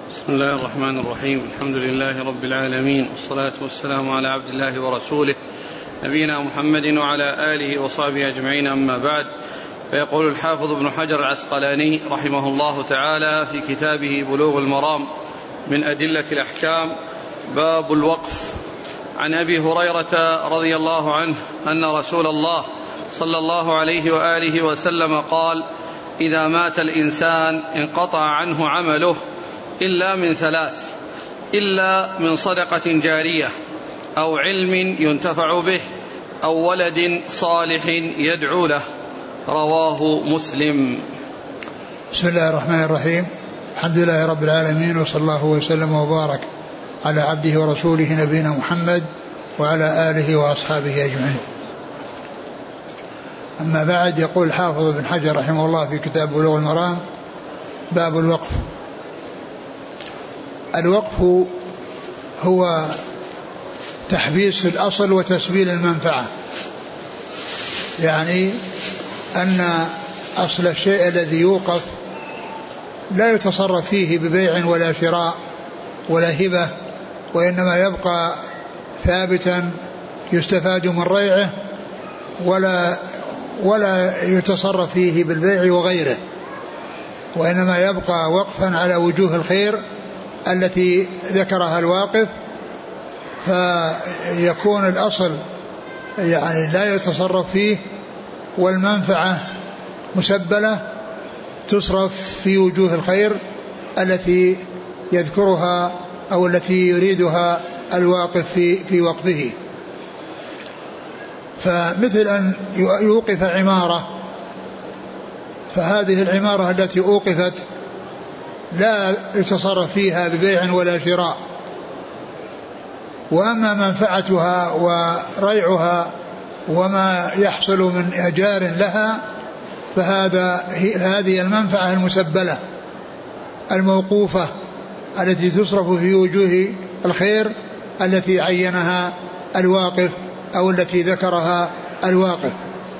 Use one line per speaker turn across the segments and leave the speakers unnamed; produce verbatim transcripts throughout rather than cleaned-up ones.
بسم الله الرحمن الرحيم. الحمد لله رب العالمين، والصلاة والسلام على عبد الله ورسوله نبينا محمد وعلى آله وصحبه أجمعين، أما بعد. فيقول الحافظ ابن حجر العسقلاني رحمه الله تعالى في كتابه بلوغ المرام من أدلة الأحكام: باب الوقف. عن أبي هريرة رضي الله عنه أن رسول الله صلى الله عليه وآله وسلم قال: إذا مات الإنسان انقطع عنه عمله إلا من ثلاث: إلا من صدقة جارية، أو علم ينتفع به، أو ولد صالح يدعو له. رواه مسلم.
بسم الله الرحمن الرحيم. الحمد لله رب العالمين، وصلى الله وسلم وبارك على عبده ورسوله نبينا محمد وعلى آله وأصحابه أجمعين. أما بعد، يقول الحافظ ابن حجر رحمه الله في كتاب بلوغ المرام: باب الوقف. الوقف هو تحبيس الأصل وتسبيل المنفعة، يعني أن أصل الشيء الذي يوقف لا يتصرف فيه ببيع ولا شراء ولا هبة، وإنما يبقى ثابتا يستفاد من ريعه، ولا ولا يتصرف فيه بالبيع وغيره، وإنما يبقى وقفا على وجوه الخير التي ذكرها الواقف، فيكون الأصل يعني لا يتصرف فيه، والمنفعة مسبلة تصرف في وجوه الخير التي يذكرها أو التي يريدها الواقف في, في وقفه. فمثل أن يوقف عمارة، فهذه العمارة التي أوقفت لا يتصرف فيها ببيع ولا شراء، وأما منفعتها وريعها وما يحصل من إجار لها فهذا هذه المنفعة المسبلة الموقوفة التي تصرف في وجوه الخير التي عينها الواقف أو التي ذكرها الواقف.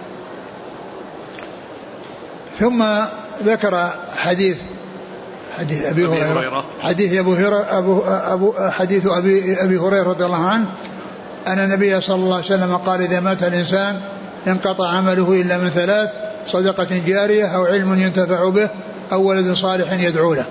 ثم ذكر حديث حديث أبي هريرة حديث أبو هريرة أبو أبو حديث أبي أبي هريرة رضي الله عنه أن النبي صلى الله عليه وسلم قال: إذا مات الإنسان انقطع عمله إلا من ثلاث: صدقة جارية، أو علم ينتفع به، أو ولد صالح يدعو له.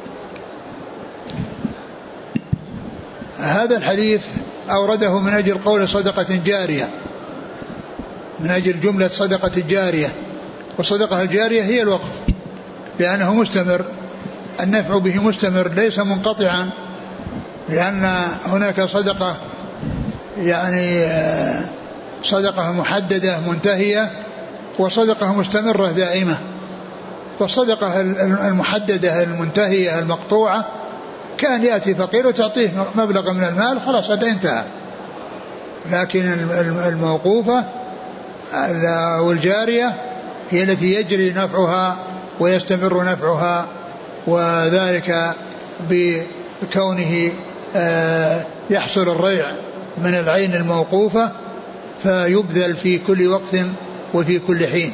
هذا الحديث أورده من أجل قول صدقة جارية، من أجل جملة صدقة جارية، والصدقة الجارية هي الوقف، لأنه مستمر، النفع به مستمر ليس منقطعا، لأن هناك صدقة يعني صدقة محددة منتهية، وصدقة مستمرة دائمة. فالصدقة المحددة المنتهية المقطوعة كان يأتي فقير وتعطيه مبلغ من المال، خلاص هذا انتهى. لكن الموقوفة والجارية هي التي يجري نفعها ويستمر نفعها، وذلك بكونه يحصل الريع من العين الموقوفة فيبذل في كل وقت وفي كل حين.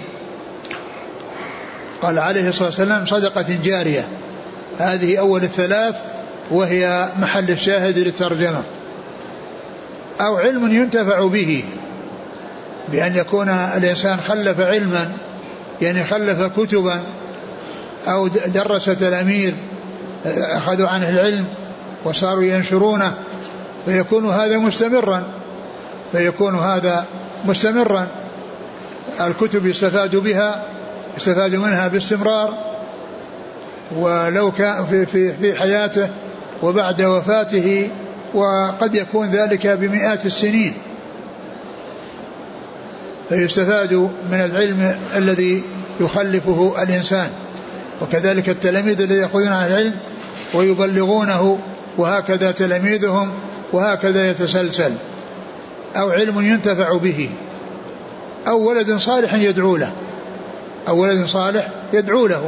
قال عليه الصلاة والسلام: صدقة جارية. هذه أول الثلاث، وهي محل الشاهد للترجمة. أو علم ينتفع به، بأن يكون الإنسان خلف علما، يعني خلف كتبا أو درس تلاميذ أخذوا عنه العلم وصاروا ينشرونه، فيكون هذا مستمرا فيكون هذا مستمرا الكتب يستفاد بها يستفاد منها باستمرار، ولو كان في, في, في حياته وبعد وفاته، وقد يكون ذلك بمئات السنين، فيستفاد من العلم الذي يخلفه الإنسان. وكذلك التلاميذ الذين يأخذون عن العلم ويبلغونه، وهكذا تلاميذهم، وهكذا يتسلسل. أو علم ينتفع به، أو ولد صالح يدعو له أو ولد صالح يدعو له.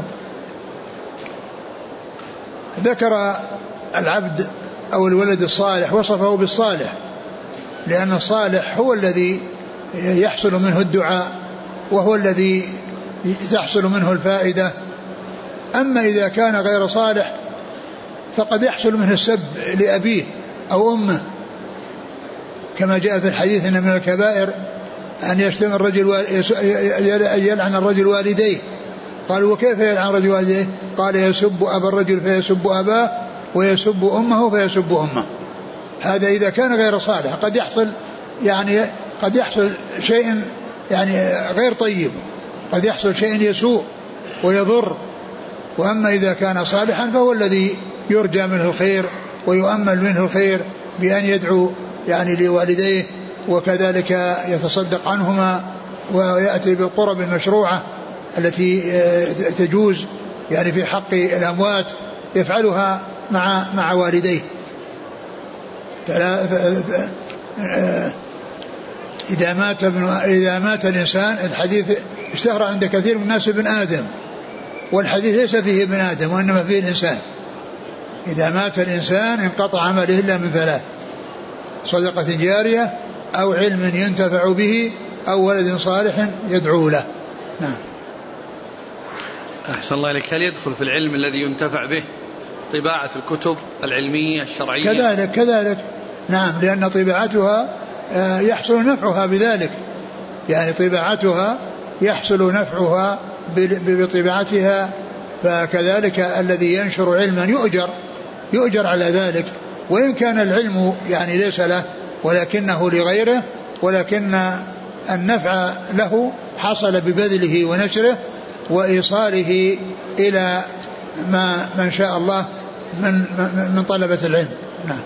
ذكر العبد أو الولد الصالح، وصفه بالصالح، لأن الصالح هو الذي يحصل منه الدعاء، وهو الذي تحصل منه الفائدة. أما إذا كان غير صالح فقد يحصل منه السب لأبيه أو أمه، كما جاء في الحديث إن من الكبائر أن يشتم الرجل يلعن الرجل والديه. قالوا وكيف يلعن الرجل والديه؟ قال يسب أبا الرجل فيسب أباه ويسب أمه فيسب أمه. هذا إذا كان غير صالح قد يحصل يعني قد يحصل شيء يعني غير طيب، قد يحصل شيء يسوء ويضر. وأما إذا كان صالحا فهو الذي يرجى منه الخير ويؤمل منه الخير بأن يدعو يعني لوالديه، وكذلك يتصدق عنهما ويأتي بالقرب المشروعة التي تجوز يعني في حق الأموات يفعلها مع مع والديه. إذا مات إذا مات الإنسان، الحديث اشتهر عند كثير من الناس ابن آدم، والحديث ليس فيه ابن آدم وإنما فيه الإنسان. إذا مات الإنسان انقطع عمله إلا من ثلاث: صدقة جارية أو علم ينتفع به أو ولد صالح يدعو له. نعم.
أحسن الله إليك. هل يدخل في العلم الذي ينتفع به طباعة الكتب العلمية الشرعية؟
كذلك كذلك نعم، لأن طباعتها يحصل نفعها بذلك، يعني طباعتها يحصل نفعها بطباعتها، فكذلك الذي ينشر علما يؤجر يؤجر على ذلك، وإن كان العلم يعني ليس له ولكنه لغيره، ولكن النفع له حصل ببذله ونشره وإيصاله إلى ما من شاء الله من من طلبة العلم. نعم.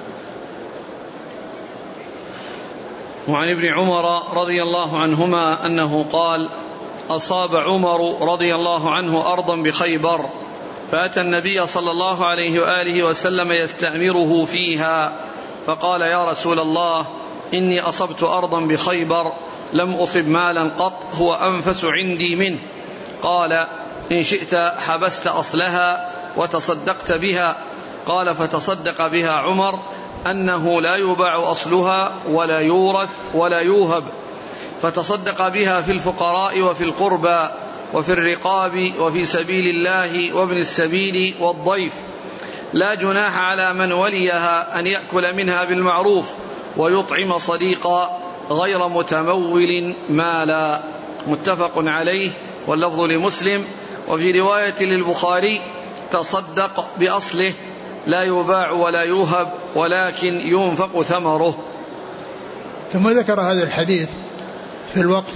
وعن ابن عمر رضي الله عنهما أنه قال: أصاب عمر رضي الله عنه أرضا بخيبر، فأتى النبي صلى الله عليه وآله وسلم يستأمره فيها، فقال: يا رسول الله، إني أصبت أرضا بخيبر لم أصب مالا قط هو أنفس عندي منه. قال: إن شئت حبست أصلها وتصدقت بها. قال: فتصدق بها عمر أنه لا يباع أصلها ولا يورث ولا يوهب، فتصدق بها في الفقراء وفي القربى وفي الرقاب وفي سبيل الله وابن السبيل والضيف، لا جناح على من وليها أن يأكل منها بالمعروف ويطعم صديقا غير متمول مالا. متفق عليه، واللفظ لمسلم. وفي رواية للبخاري: تصدق بأصله لا يباع ولا يوهب ولكن ينفق ثمره.
ثم ذكر هذا الحديث في الوقف،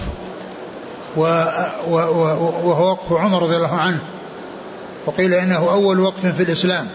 وهو وقف عمر رضي الله عنه، وقيل إنه أول وقف في الإسلام،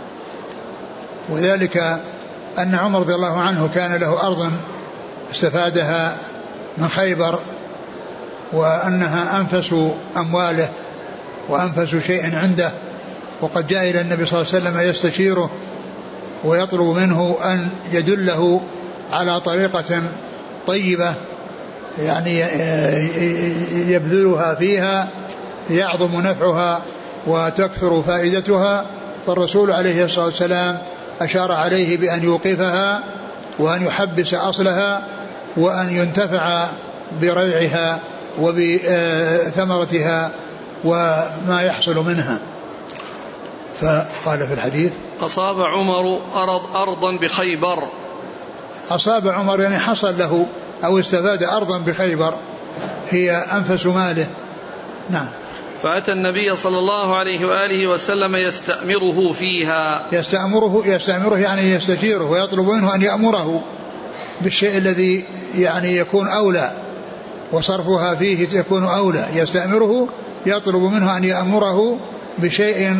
وذلك أن عمر رضي الله عنه كان له أرض استفادها من خيبر، وأنها أنفس أمواله وأنفس شيء عنده، وقد جاء إلى النبي صلى الله عليه وسلم يستشيره ويطلب منه أن يدله على طريقة طيبة يعني يبذلها فيها يعظم نفعها وتكثر فائدتها. فالرسول عليه الصلاة والسلام أشار عليه بأن يوقفها وأن يحبس أصلها وأن ينتفع بريعها وبثمرتها وما يحصل منها. فقال في الحديث:
أصاب عمر أرض أرضا بخيبر.
أصاب عمر يعني حصل له أو استفاد أرضا بخيبر هي أنفس ماله. نعم.
فأتى النبي صلى الله عليه وآله وسلم يستأمره فيها.
يستأمره يستأمره يعني يستشيره ويطلب منه أن يأمره بالشيء الذي يعني يكون أولى وصرفها فيه يكون أولى. يستأمره يطلب منه أن يأمره بشيء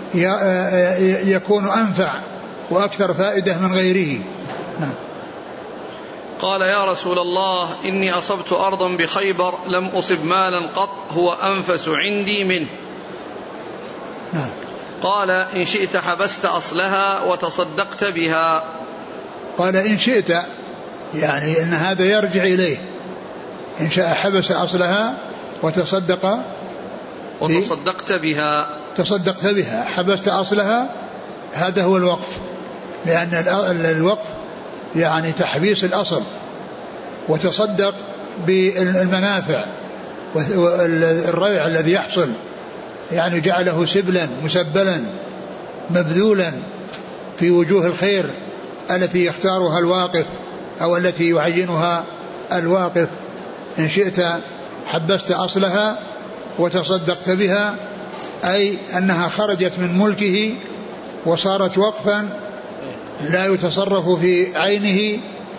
يكون أنفع وأكثر فائدة من غيره. نعم.
قال: يا رسول الله، إني أصبت أرضا بخيبر لم أصب مالا قط هو أنفس عندي منه.
نعم.
قال: إن شئت حبست أصلها وتصدقت بها.
قال: إن شئت يعني إن هذا يرجع إليه، إن شاء حبس أصلها وتصدق
وتصدقت بها.
تصدقت بها، حبست أصلها، هذا هو الوقف، لأن الوقف يعني تحبيس الأصل، وتصدق بالمنافع والريع الذي يحصل، يعني جعله سبلا مسبلا مبذولا في وجوه الخير التي يختارها الواقف أو التي يعينها الواقف. إن شئت حبست أصلها وتصدقت بها، أي أنها خرجت من ملكه وصارت وقفا لا يتصرف في عينه،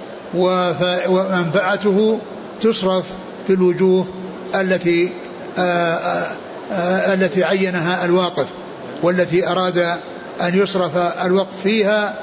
ومنفعته تصرف في الوجوه التي آآ آآ التي عينها الواقف والتي أراد أن يصرف الوقف فيها.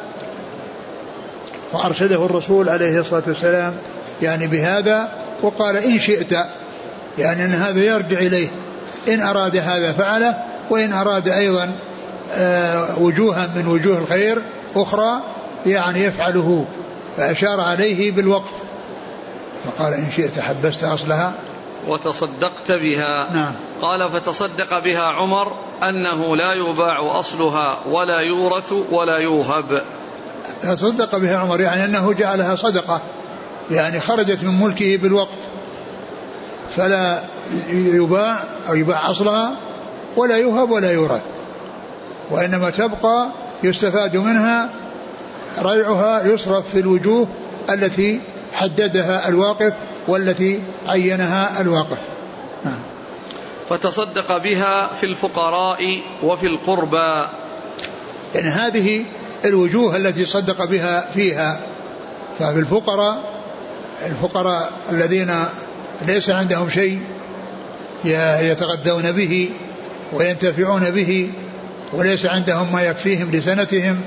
فأرشده الرسول عليه الصلاة والسلام يعني بهذا، وقال إن شئت، يعني أن هذا يرجع إليه، إن أراد هذا فعله، وإن أراد أيضا وجوها من وجوه الخير أخرى يعني يفعله. فأشار عليه بالوقف، فقال إن شئت حبست أصلها
وتصدقت بها.
نعم.
قال فتصدق بها عمر أنه لا يباع أصلها ولا يورث ولا يوهب.
تصدق بها عمر يعني أنه جعلها صدقة، يعني خرجت من ملكه بالوقف، فلا يباع أو يباع أصلها ولا يوهب ولا يورث، وإنما تبقى يستفاد منها، ريعها يصرف في الوجوه التي حددها الواقف والتي عينها الواقف. نعم.
فتصدق بها في الفقراء وفي القربى.
يعني هذه الوجوه التي صدق بها فيها، ففي الفقراء، الفقراء الذين ليس عندهم شيء يتغذون به وينتفعون به وليس عندهم ما يكفيهم لسنتهم،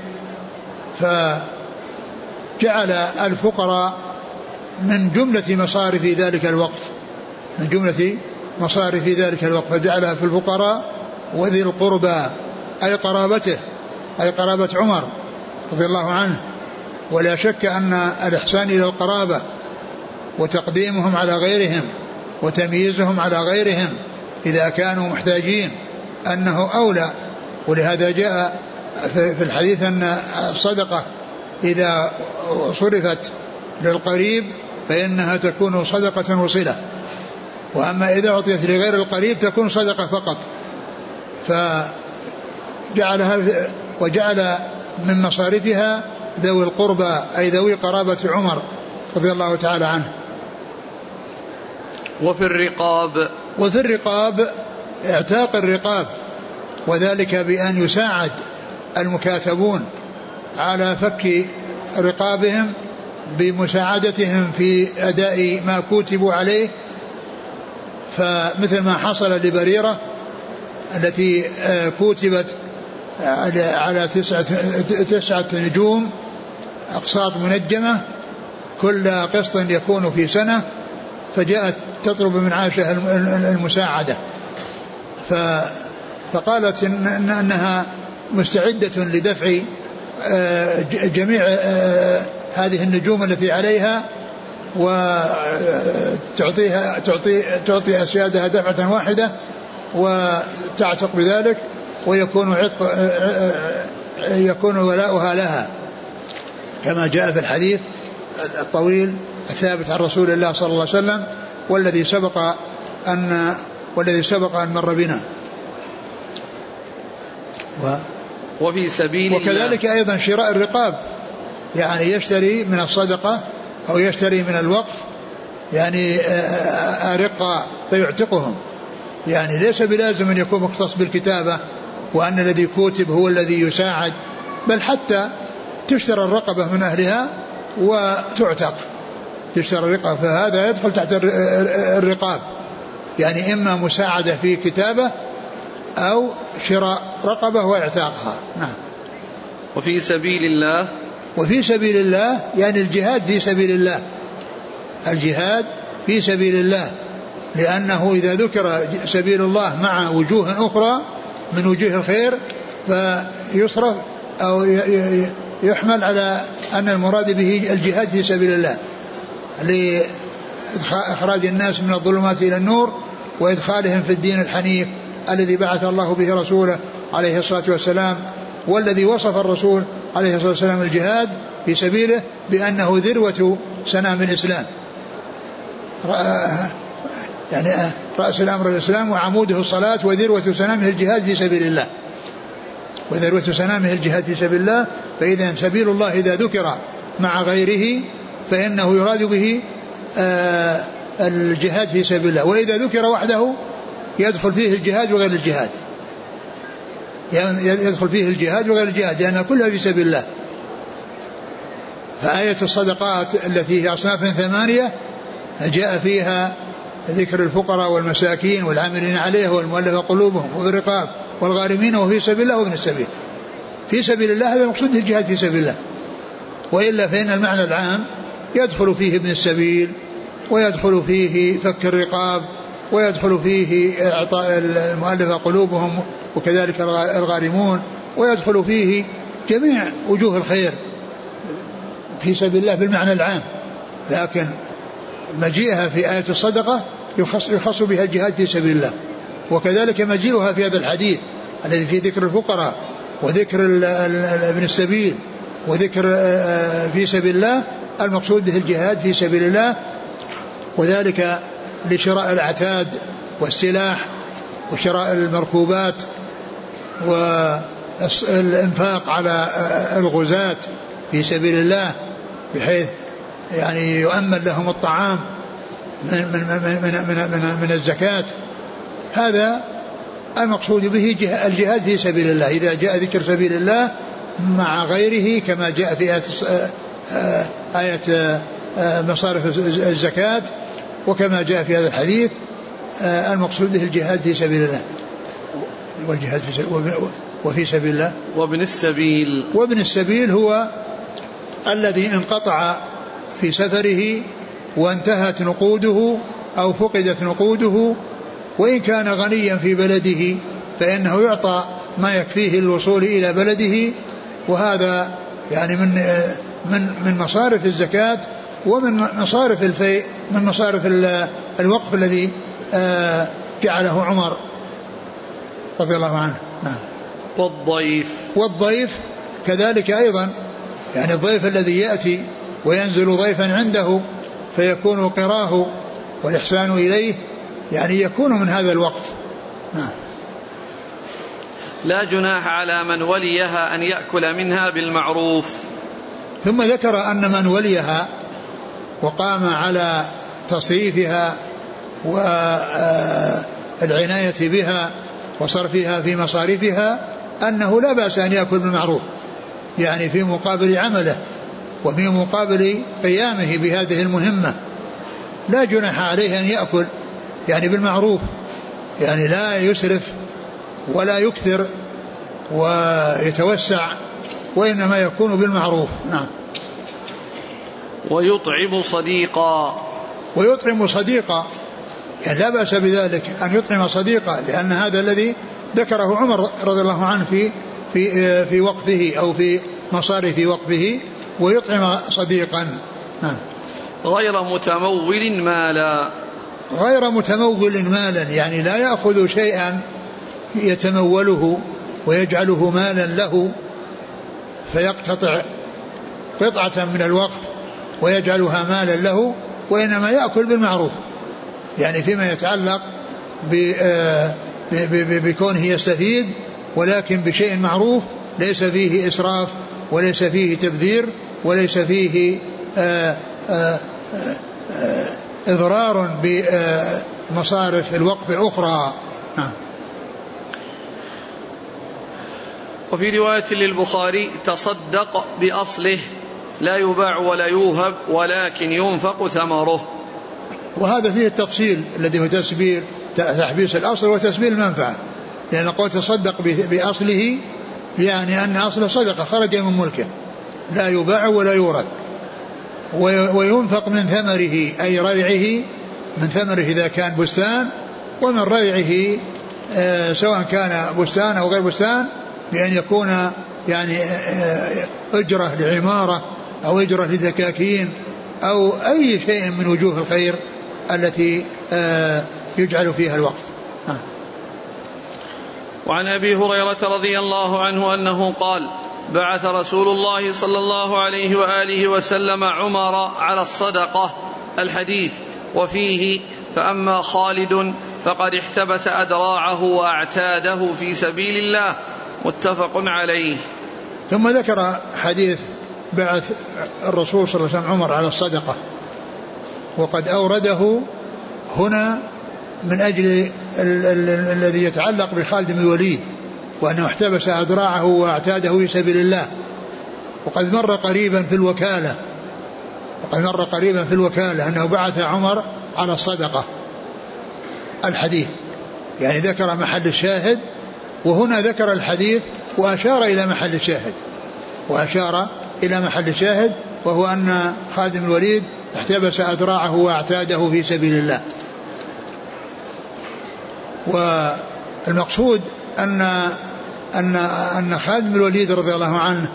فجعل الفقراء من جملة مصارف ذلك الوقف، من جملة مصارف ذلك الوقف، فجعلها في الفقراء وذي القربى، أي قرابته، أي قرابة عمر رضي الله عنه. ولا شك أن الإحسان إلى القرابة وتقديمهم على غيرهم وتمييزهم على غيرهم إذا كانوا محتاجين أنه أولى. ولهذا جاء في الحديث أن الصدقة إذا صرفت للقريب فإنها تكون صدقة وصلة، وأما إذا أعطيت لغير القريب تكون صدقة فقط. فجعلها وجعل من مصارفها ذوي القربى، أي ذوي قرابة عمر رضي الله تعالى عنه.
وفي الرقاب،
وفي الرقاب اعتاق الرقاب، وذلك بأن يساعد المكاتبون على فك رقابهم بمساعدتهم في أداء ما كتبوا عليه. فمثل ما حصل لبريرة التي كتبت على تسعة, تسعة نجوم أقساط منجمة، كل قسط يكون في سنة، فجاءت تطلب من عائشة المساعدة، فقالت إن أنها مستعدة لدفع جميع هذه النجوم التي عليها، وتعطيها تعطي تعطي أسيادها دفعة واحدة وتعتق بذلك، ويكون عتق يكون ولاؤها لها، كما جاء في الحديث الطويل الثابت عن رسول الله صلى الله عليه وسلم، والذي سبق أن والذي سبق أن مر بنا. و
وفي سبيل
وكذلك
الله.
أيضا شراء الرقاب، يعني يشتري من الصدقة أو يشتري من الوقف، يعني أرقى فيعتقهم، يعني ليس بلازم أن يكون مختص بالكتابة وأن الذي كتب هو الذي يساعد، بل حتى تشترى الرقبة من أهلها وتعتق، تشترى الرقبة، فهذا يدخل تحت الرقاب، يعني إما مساعدة في كتابة أو شراء رقبة واعتاقها. نعم.
وفي سبيل الله،
وفي سبيل الله يعني الجهاد في سبيل الله، الجهاد في سبيل الله، لأنه إذا ذكر سبيل الله مع وجوه أخرى من وجوه الخير فيصرف أو يحمل على أن المراد به الجهاد في سبيل الله لإخراج الناس من الظلمات إلى النور وإدخالهم في الدين الحنيف الذي بعث الله به رسوله عليه الصلاة والسلام، والذي وصف الرسول عليه الصلاة والسلام الجهاد في سبيله بأنه ذروة سنام الإسلام، يعني رأس الأمر الإسلام وعموده الصلاة وذروة سنامه الجهاد في سبيل الله. وذروة سنامه الجهاد في سبيل الله. فإذا سبيل الله إذا ذكر مع غيره فإنه يراد به آه الجهاد في سبيل الله، وإذا ذكر وحده يدخل فيه الجهاد وغير الجهاد، يدخل فيه الجهاد وغير الجهاد لأنها كلها في سبيل الله. فآية الصدقات التي هي أصناف ثمانية جاء فيها ذكر الفقراء والمساكين والعاملين عليه والمؤلفة قلوبهم وفي الرقاب والغارمين وفي سبيل الله وابن السبيل. في سبيل الله هذا مقصود الجهاد في سبيل الله، وإلا فإن المعنى العام يدخل فيه ابن السبيل، ويدخل فيه فك الرقاب، ويدخل فيه إعطاء المؤلفة قلوبهم وكذلك الغارمون، ويدخل فيه جميع وجوه الخير في سبيل الله بالمعنى العام. لكن مجيئها في آية الصدقة يخص, يخص بها الجهاد في سبيل الله، وكذلك مجيئها في هذا الحديث الذي فيه ذكر الفقراء وذكر ابن السبيل وذكر في سبيل الله المقصود به الجهاد في سبيل الله، وذلك لشراء الأعتاد والسلاح وشراء المركوبات والإنفاق على الغزاة في سبيل الله بحيث يعني يؤمن لهم الطعام من, من, من, من, من, من الزكاة. هذا المقصود به الجهاد في سبيل الله إذا جاء ذكر سبيل الله مع غيره كما جاء في آية, آية مصارف الزكاة وكما جاء في هذا الحديث المقصود به الجهاد في سبيل الله والجهاد في سبيل وفي سبيل الله.
وابن السبيل
وابن السبيل هو الذي انقطع في سفره وانتهت نقوده أو فقدت نقوده، وإن كان غنيا في بلده فإنه يعطى ما يكفيه الوصول إلى بلده، وهذا يعني من من من مصارف الزكاة ومن مصارف الفيء من مصارف الوقف الذي جعله عمر رضي الله عنه. نعم.
والضيف
والضيف كذلك أيضا، يعني الضيف الذي يأتي وينزل ضيفا عنده فيكون قراه والإحسان إليه يعني يكون من هذا الوقف. نعم.
لا جناح على من وليها أن يأكل منها بالمعروف.
ثم ذكر أن من وليها وقام على تصريفها والعناية بها وصرفها في مصاريفها أنه لا بأس أن يأكل بالمعروف، يعني في مقابل عمله وفي مقابل قيامه بهذه المهمة لا جناح عليه أن يأكل يعني بالمعروف، يعني لا يسرف ولا يكثر ويتوسع، وإنما يكون بالمعروف. نعم.
ويطعم صديقا.
ويطعم صديقا يعني لا بأس بذلك أن يطعم صديقا، لأن هذا الذي ذكره عمر رضي الله عنه في في في وقفه أو في مصارف وقفه، ويطعم صديقا. نعم.
غير متمول مالا.
غير متمول مالا يعني لا يأخذ شيئا يتموله ويجعله مالا له فيقتطع قطعة من الوقف ويجعلها مالا له، وإنما يأكل بالمعروف، يعني فيما يتعلق بكونه يستفيد ولكن بشيء معروف ليس فيه إسراف وليس فيه تبذير وليس فيه آآ آآ آآ إضرار بمصارف الوقف الأخرى. نعم.
وفي رواية للبخاري تصدق بأصله لا يباع ولا يوهب ولكن ينفق ثمره.
وهذا فيه التفصيل الذي هو تسبيل تحبيس الأصل وتسبيل المنفعة، لأن قول تصدق بأصله يعني أن أصله صدقة خرج من ملكه لا يباع ولا يورد، وينفق من ثمره أي ريعه، من ثمره إذا كان بستان، ومن ريعه سواء كان بستان أو غير بستان، بأن يكون يعني أجرة لعمارة أو أجرة لذكاكين أو أي شيء من وجوه الخير التي يجعل فيها الوقت.
وعن أبي هريرة رضي الله عنه أنه قال: بعث رسول الله صلى الله عليه وآله وسلم عمر على الصدقة. الحديث. وفيه: فأما خالد فقد احتبس أدراعه وأعتاده في سبيل الله متفق عليه.
ثم ذكر حديث بعث الرسول صلى الله عليه وسلم عمر على الصدقة، وقد أورده هنا من أجل الذي يتعلق بخالد بن الوليد، وأنه احتبس أذراعه واعتاده في سبيل الله. وقد مر قريبا في الوكالة وقد مر قريبا في الوكالة أنه بعث عمر على الصدقة الحديث، يعني ذكر محل الشاهد، وهنا ذكر الحديث وأشار إلى محل الشاهد وأشار إلى محل الشاهد وهو أن خالد بن الوليد احتبس أذراعه واعتاده في سبيل الله. والمقصود أن أن أن خالد بن الوليد رضي الله عنه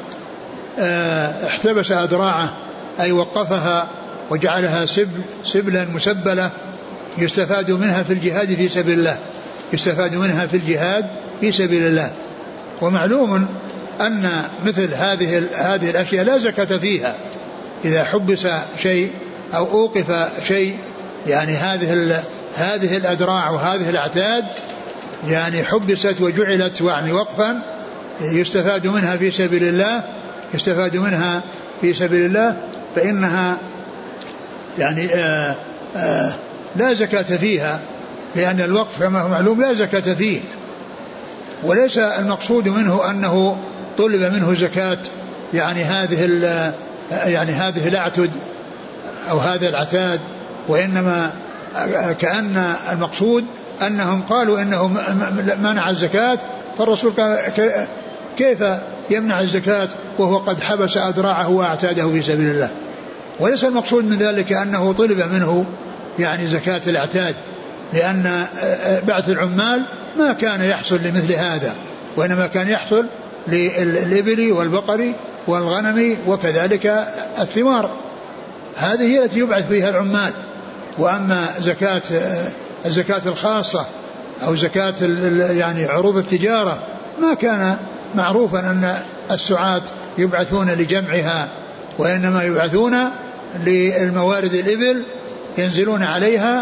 احتبس أذراعه، أي وقفها وجعلها سبل سبلا مسبلة يستفاد منها في الجهاد في سبيل الله يستفاد منها في الجهاد في سبيل الله. ومعلوم أن مثل هذه هذه الأشياء لا زكاة فيها، إذا حبس شيء أو أوقف شيء، يعني هذه هذه الأذراع وهذه الأعتاد يعني حبست وجعلت يعني وقفا يستفاد منها في سبيل الله يستفاد منها في سبيل الله فإنها يعني آآ آآ لا زكاة فيها، لأن الوقف كما هو معلوم لا زكاة فيه. وليس المقصود منه أنه طلب منه زكاة يعني هذه يعني هذه الأعتد أو هذا العتاد، وإنما كأن المقصود أنهم قالوا إنه منع الزكاة، فالرسول كيف يمنع الزكاة وهو قد حبس أذراعه وأعتاده في سبيل الله. وليس المقصود من ذلك أنه طلب منه يعني زكاة الأعتاد، لأن بعث العمال ما كان يحصل لمثل هذا، وإنما كان يحصل للإبل والبقر والغنم وكذلك الثمار، هذه هي التي يبعث فيها العمال. وأما زكاة الزكاة الخاصة أو زكاة يعني عروض التجارة ما كان معروفا أن السعاة يبعثون لجمعها، وإنما يبعثون للموارد الإبل ينزلون عليها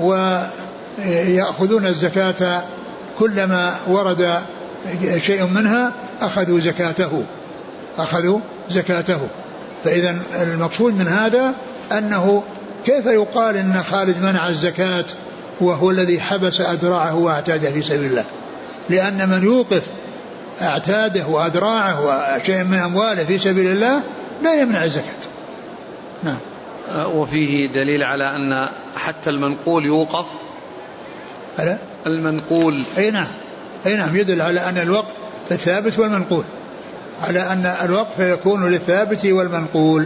ويأخذون الزكاة، كلما ورد شيء منها أخذوا زكاته أخذوا زكاته فإذا المقصود من هذا أنه كيف يقال إن خالد منع الزكاة وهو الذي حبس أذراعه وأعتاده في سبيل الله؟ لأن من يوقف أعتاده وأذراعه وشيء من أمواله في سبيل الله لا يمنع الزكاة. نعم.
وفيه دليل على أن حتى المنقول يوقف.
ألا؟
المنقول
أي نعم أي نعم يدل على أن الوقف الثابت والمنقول، على أن الوقف يكون للثابت والمنقول.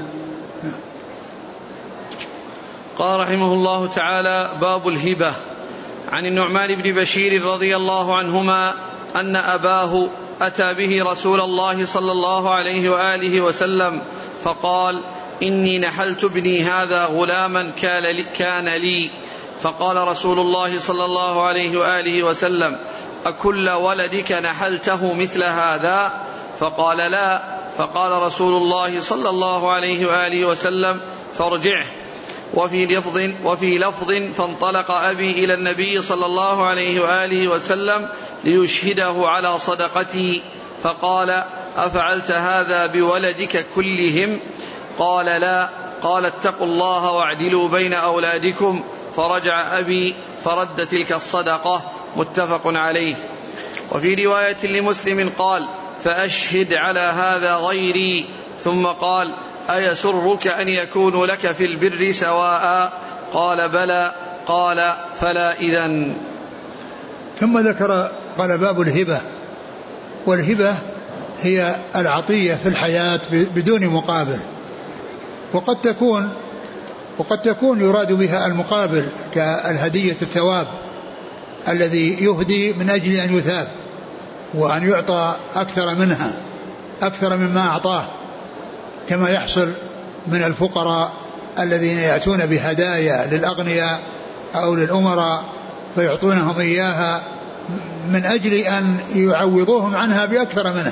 قال رحمه الله تعالى: باب الهبة. عن النعمان بن بشير رضي الله عنهما أن أباه أتى به رسول الله صلى الله عليه وآله وسلم فقال: إني نحلت ابني هذا غلاما كان لي. فقال رسول الله صلى الله عليه وآله وسلم: أكل ولدك نحلته مثل هذا؟ فقال: لا. فقال رسول الله صلى الله عليه وآله وسلم: فارجعه. وفي لفظ, وفي لفظ فانطلق أبي إلى النبي صلى الله عليه وآله وسلم ليشهده على صدقتي، فقال: أفعلت هذا بولدك كلهم؟ قال: لا. قال: اتقوا الله واعدلوا بين أولادكم. فرجع أبي فرد تلك الصدقة. متفق عليه. وفي رواية لمسلم قال: فأشهد على هذا غيري. ثم قال: أيسرك أن يكون لك في البر سواء؟ قال: بلى. قال: فلا إذن.
ثم ذكر قال: باب الهبة. والهبة هي العطية في الحياة بدون مقابل، وقد تكون وقد تكون يراد بها المقابل كالهدية الثواب الذي يهدي من أجل أن يثاب وأن يعطى أكثر منها أكثر مما أعطاه، كما يحصل من الفقراء الذين يأتون بهدايا للأغنياء أو للأمراء فيعطونهم إياها من أجل أن يعوضوهم عنها بأكثر منها.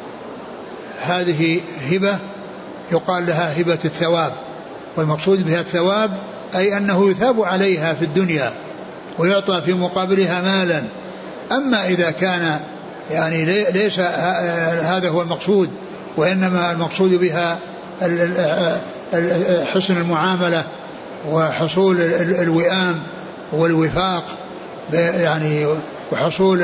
هذه هبة يقال لها هبة الثواب، والمقصود بها الثواب أي أنه يثاب عليها في الدنيا ويعطى في مقابلها مالا. أما إذا كان يعني ليس هذا هو المقصود، وإنما المقصود بها حسن المعاملة وحصول الوئام والوفاق، يعني وحصول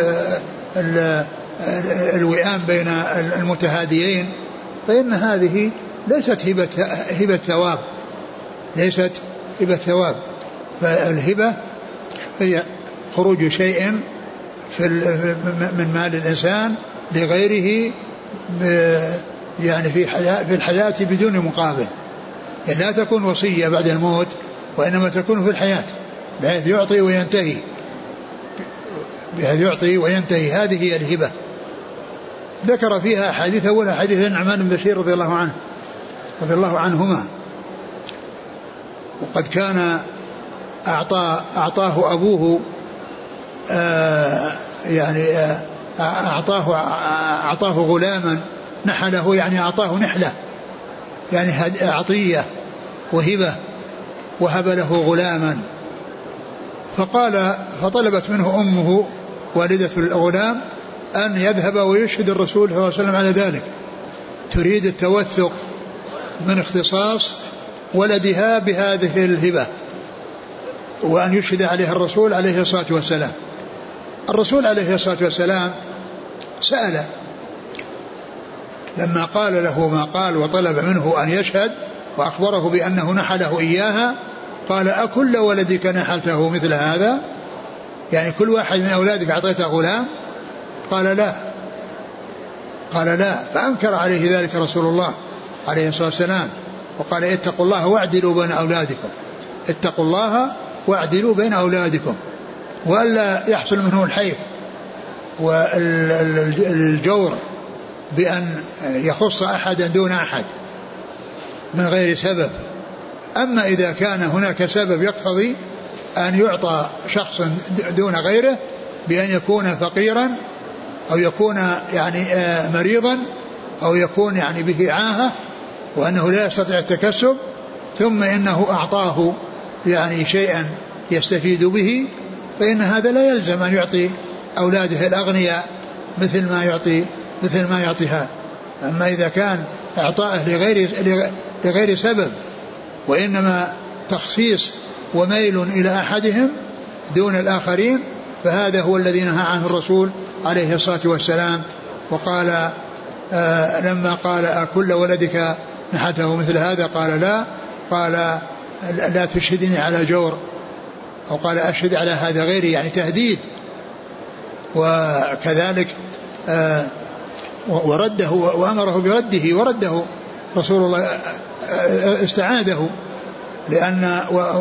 الوئام بين المتهاديين. فإن هذه ليست هبة هبة ثواب، ليست هبة ثواب. فالهبة هي خروج شيء في من مال الإنسان لغيره يعني في حياة في الحياة بدون مقابل، يعني لا تكون وصية بعد الموت، وإنما تكون في الحياة بحيث يعطي وينتهي، بحيث يعطي وينتهي. هذه هي الهبة. ذكر فيها حديث أولها حديث النعمان بن بشير رضي الله عنه رضي الله عنهما، وقد كان أعطى أعطاه أبوه آه يعني آه أعطاه أعطاه غلاما نحله، يعني أعطاه نحلة، يعني عطية وهبة، وهب له غلاما. فقال فطلبت منه أمه والدة الغلام أن يذهب ويشهد الرسول صلى الله عليه وسلم على ذلك، تريد التوثق من اختصاص ولدها بهذه الهبة، وأن يشهد عليها الرسول عليه الصلاة والسلام. الرسول عليه الصلاة والسلام سأل لما قال له ما قال وطلب منه أن يشهد وأخبره بأنه نحله إياها، قال أكل ولدك نحلته مثل هذا، يعني كل واحد من أولادك أعطيته غلام؟ قال لا قال لا فأنكر عليه ذلك رسول الله عليه الصلاة والسلام، وقال اتقوا الله واعدلوا بين أولادكم، اتقوا الله واعدلوا بين أولادكم، وألا يحصل منه الحيف والجور بأن يخص أحدا دون أحد من غير سبب. أما إذا كان هناك سبب يقتضي أن يعطى شخص دون غيره بأن يكون فقيرا أو يكون يعني مريضا أو يكون يعني به عاهة وأنه لا يستطيع التكسب، ثم إنه أعطاه يعني شيئا يستفيد به، فإن هذا لا يلزم أن يعطي أولاده الأغنياء مثل ما يعطي مثل ما يعطيها. أما إذا كان إعطائه لغير لغير سبب، وإنما تخصيص وميل إلى أحدهم دون الآخرين، فهذا هو الذي نهى عنه الرسول عليه الصلاة والسلام. وقال آه لما قال أكل ولدك نحته مثل هذا؟ قال لا، قال لا تشهدني على جور، أو قال أشهد على هذا غيري، يعني تهديد. وكذلك آه ورده وأمره برده ورده رسول الله، استعاده، لأن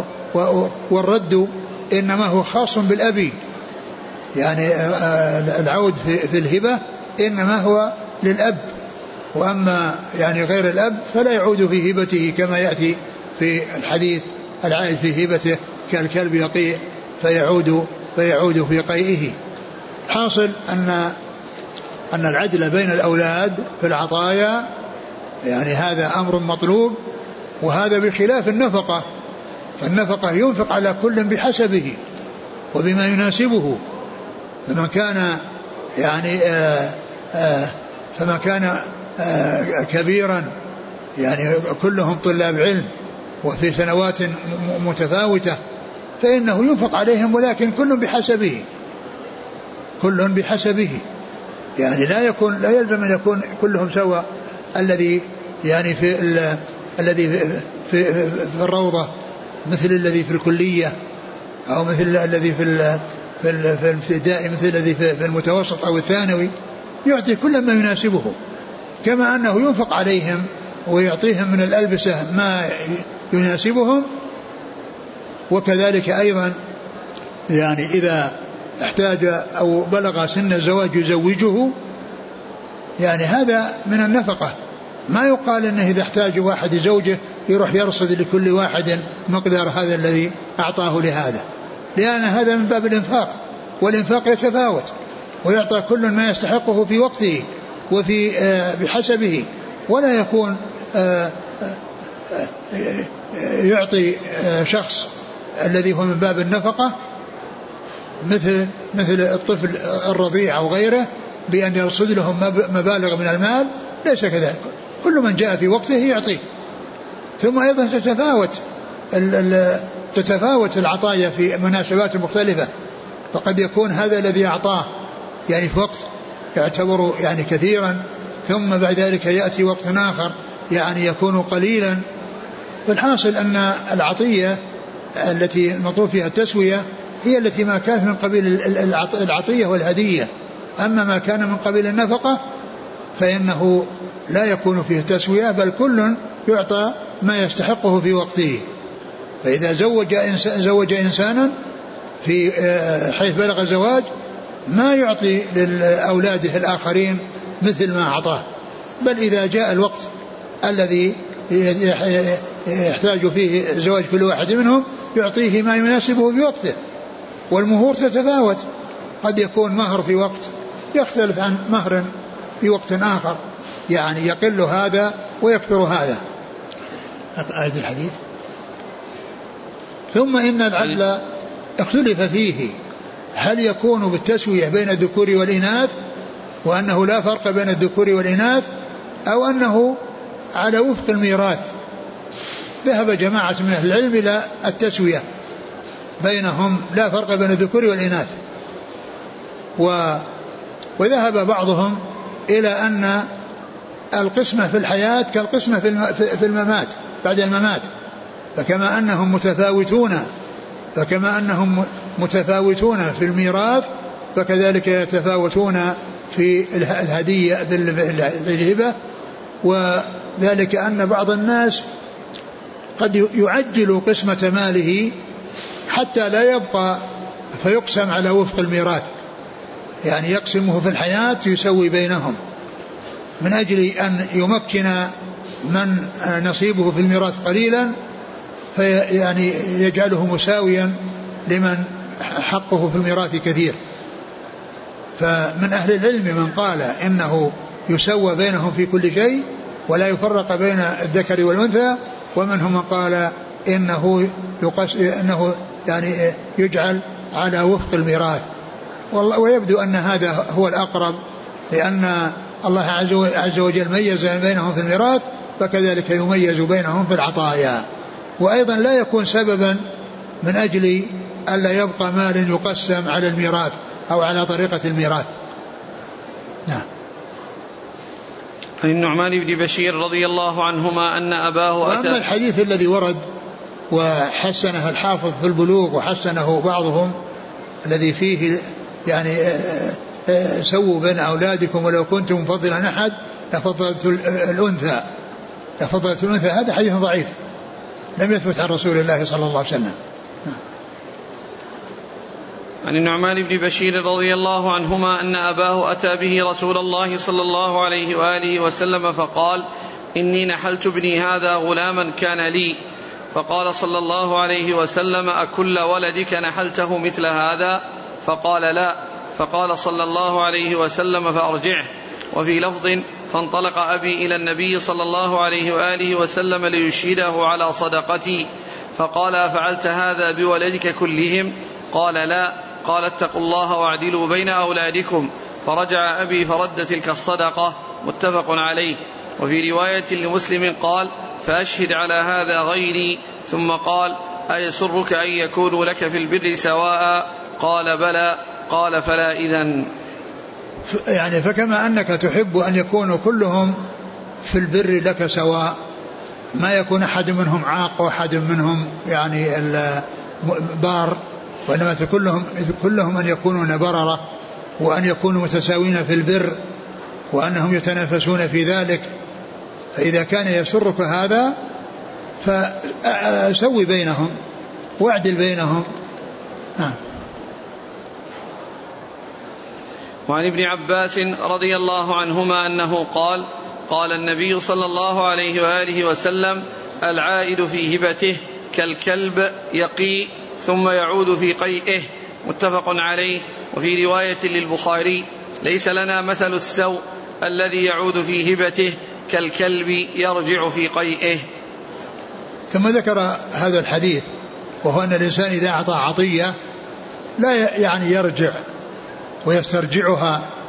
والرد إنما هو خاص بالأبي، يعني العود في الهبة إنما هو للأب، وأما يعني غير الأب فلا يعود في هبته كما يأتي في الحديث العائد في هبته كالكلب يقيء فيعود فيعود في قيئه. حاصل أن أن العدل بين الأولاد في العطايا يعني هذا أمر مطلوب، وهذا بخلاف النفقة، فالنفقة ينفق على كل بحسبه وبما يناسبه، فمن كان يعني آآ آآ فمن كان كبيرا يعني كلهم طلاب علم وفي سنوات متفاوتة فإنه ينفق عليهم، ولكن كل بحسبه كل بحسبه يعني لا يكون لا يلزم أن يكون كلهم سواء. الذي يعني في الذي في, في, في الروضة مثل الذي في الكلية، أو مثل الذي في في الابتدائي مثل الذي في المتوسط أو الثانوي، يعطي كل ما يناسبه، كما أنه ينفق عليهم ويعطيهم من الألبسة ما يناسبهم. وكذلك أيضا يعني إذا احتاج أو بلغ سن الزواج يزوجه، يعني هذا من النفقة. ما يقال أنه إذا احتاج واحد زوجه يروح يرصد لكل واحد مقدار هذا الذي أعطاه لهذا، لأن هذا من باب الإنفاق، والإنفاق يتفاوت ويعطى كل ما يستحقه في وقته وفي آه بحسبه، ولا يكون آه آه يعطي آه شخص الذي هو من باب النفقة مثل مثل الطفل الرضيع أو غيره بأن يرصد لهم مبالغ من المال، ليس كذلك. كل من جاء في وقته يعطيه. ثم أيضا تتفاوت تتفاوت العطايا في مناسبات مختلفة، فقد يكون هذا الذي أعطاه يعني في وقت يعتبر يعني كثيرا، ثم بعد ذلك يأتي وقت آخر يعني يكون قليلا. فالحاصل أن العطية التي المطلوب فيها التسوية هي التي ما كانت من قبيل العطية والهدية. أما ما كان من قبيل النفقة فإنه لا يكون فيه تسوية، بل كل يعطى ما يستحقه في وقته. فإذا زوج إنسان زوج إنسانا في حيث بلغ الزواج ما يعطي لأولاده الآخرين مثل ما أعطاه، بل إذا جاء الوقت الذي يحتاج فيه زواج كل واحد منهم يعطيه ما يناسبه في وقته. والمهور تتفاوت، قد يكون مهر في وقت يختلف عن مهر في وقت آخر، يعني يقل هذا ويكثر هذا. أعد الحديث. ثم إن العدل اختلف فيه، هل يكون بالتسوية بين الذكور والإناث وأنه لا فرق بين الذكور والإناث، أو أنه على وفق الميراث. ذهب جماعة من أهل العلم إلى التسوية بينهم، لا فرق بين الذكور والإناث. و وذهب بعضهم إلى أن القسمة في الحياة كالقسمة في الممات بعد الممات، فكما أنهم متفاوتون فكما أنهم متفاوتون في الميراث فكذلك يتفاوتون في الهدية في الهبة. وذلك أن بعض الناس قد يعجل قسمة ماله حتى لا يبقى فيقسم على وفق الميراث، يعني يقسمه في الحياة يسوي بينهم من أجل أن يمكن من نصيبه في الميراث قليلا فيعني يجعله مساويا لمن حقه في الميراث كثير. فمن أهل العلم من قال إنه يسوى بينهم في كل شيء ولا يفرق بين الذكر والأنثى، ومنهم من قال إنه يقص إنه يعني يجعل على وفق الميراث. ويبدو أن هذا هو الأقرب، لأن الله عز وجل ميز بينهم في الميراث فكذلك يميز بينهم في العطايا. وأيضا لا يكون سببا من أجل ألا يبقى مال يقسم على الميراث أو على طريقة الميراث. نعم.
عن النعمان بن بشير رضي الله عنهما أن أباه أتى.
وأما الحديث الذي ورد وحسنه الحافظ في البلوغ وحسنه بعضهم الذي فيه يعني سووا بين أولادكم ولو كنتم مفضلا أحد لفضلت الأنثى لفضلت الأنثى، هذا حديث ضعيف لم يثبت عن رسول الله صلى الله عليه وسلم.
عن النعمان بن بشير رضي الله عنهما أن أباه أتى به رسول الله صلى الله عليه وآله وسلم فقال: إني نحلت ابني هذا غلاما كان لي، فقال صلى الله عليه وسلم: أكل ولدك نحلته مثل هذا؟ فقال: لا. فقال صلى الله عليه وسلم: فأرجعه. وفي لفظ: فانطلق أبي إلى النبي صلى الله عليه وآله وسلم ليشهده على صدقتي، فقال: أفعلت هذا بولدك كلهم؟ قال: لا. قال: اتقوا الله واعدلوا بين أولادكم. فرجع أبي فرد تلك الصدقة. متفق عليه. وفي رواية لمسلم قال: فأشهد على هذا غيري. ثم قال: أيسرك أن يكونوا لك في البر سواء؟ قال: بلى. قال: فلا إذن.
يعني فكما أنك تحب أن يكونوا كلهم في البر لك سواء، ما يكون أحد منهم عاق وأحد منهم يعني بار، وإنما كلهم, كلهم أن يكونون بررة وأن يكونوا متساوين في البر وأنهم يتنافسون في ذلك. فإذا كان يسرك هذا فسوي بينهم واعدل بينهم. نعم.
وعن ابن عباس رضي الله عنهما أنه قال: قال النبي صلى الله عليه وآله وسلم: العائد في هبته كالكلب يقي ثم يعود في قيئه. متفق عليه. وفي رواية للبخاري: ليس لنا مثل السوء الذي يعود في هبته كالكلب يرجع في قيئه.
ثم ذكر هذا الحديث، وهو أن الإنسان إذا أعطى عطية لا يعني يرجع ويسترجعها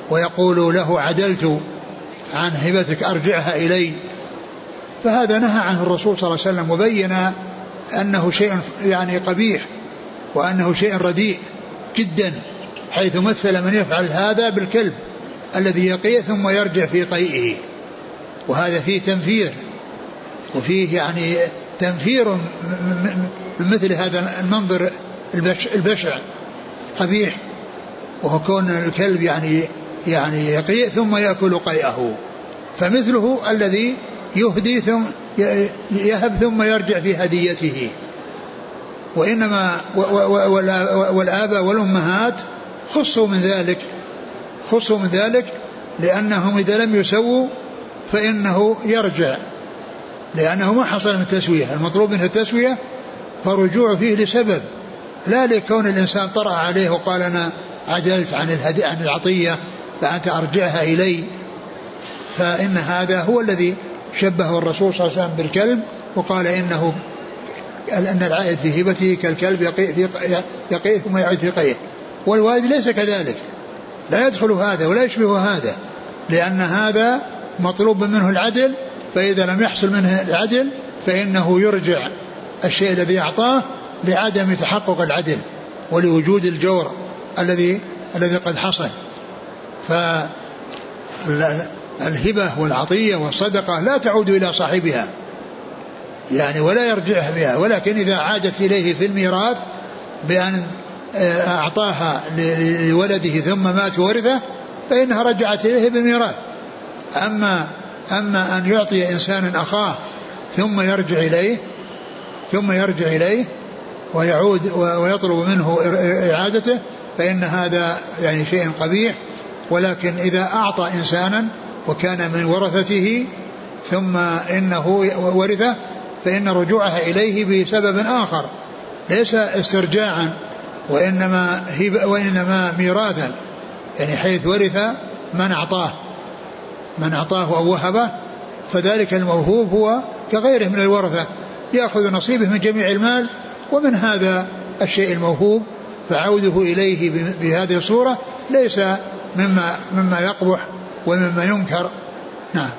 ويقول له عدلت عن هبتك أرجعها إلي، فهذا نهى عنه الرسول صلى الله عليه وسلم وبين أنه شيء يعني قبيح وأنه شيء رديء جدا، حيث مثل من يفعل هذا بالكلب الذي يقيه ثم يرجع في قيئه، وهذا فيه تنفير وفيه يعني تنفير من مثل هذا المنظر البشع قبيح، وهو كون الكلب يعني يعني يقيء ثم يأكل قيئه، فمثله الذي يهدي ثم يهب ثم يرجع في هديته. وإنما والآباء والأمهات خصوا من ذلك خصوا من ذلك لأنهم إذا لم يسووا فإنه يرجع، لأنه ما حصل من التسوية، المطلوب منه التسوية، فرجوع فيه لسبب، لا لكون الإنسان طرأ عليه وقال أنا عجلت عن الهدي عن العطية فأنت أرجعها إلي. فإن هذا هو الذي شبهه الرسول صلى الله عليه وسلم بالكلب، وقال إنه أن العائد في هبته كالكلب يقي, يقي ثم يعيد في قيه، والوالد ليس كذلك، لا يدخل هذا ولا يشبه هذا، لأن هذا مطلوب منه العدل، فإذا لم يحصل منه العدل فإنه يرجع الشيء الذي أعطاه لعدم تحقق العدل ولوجود الجور الذي الذي قد حصل. فالهبة والعطية والصدقة لا تعود إلى صاحبها يعني ولا يرجعها بها، ولكن إذا عادت إليه في الميراث بأن أعطاها لولده ثم مات وورثه فإنها رجعت إليه بالميراث. أما أما أن يعطي إنسان أخاه ثم يرجع إليه ثم يرجع إليه ويعود ويطلب منه إعادته فإن هذا يعني شيء قبيح. ولكن إذا أعطى إنسانا وكان من ورثته ثم إنه ورثه فإن رجوعها إليه بسبب آخر ليس استرجاعا وإنما, وإنما ميراثا، يعني حيث ورث من أعطاه من أعطاه أو وهبه، فذلك الموهوب هو كغيره من الورثة يأخذ نصيبه من جميع المال ومن هذا الشيء الموهوب، فعوده إليه بهذه الصورة ليس مما, مما يقبح ومما ينكر. نعم.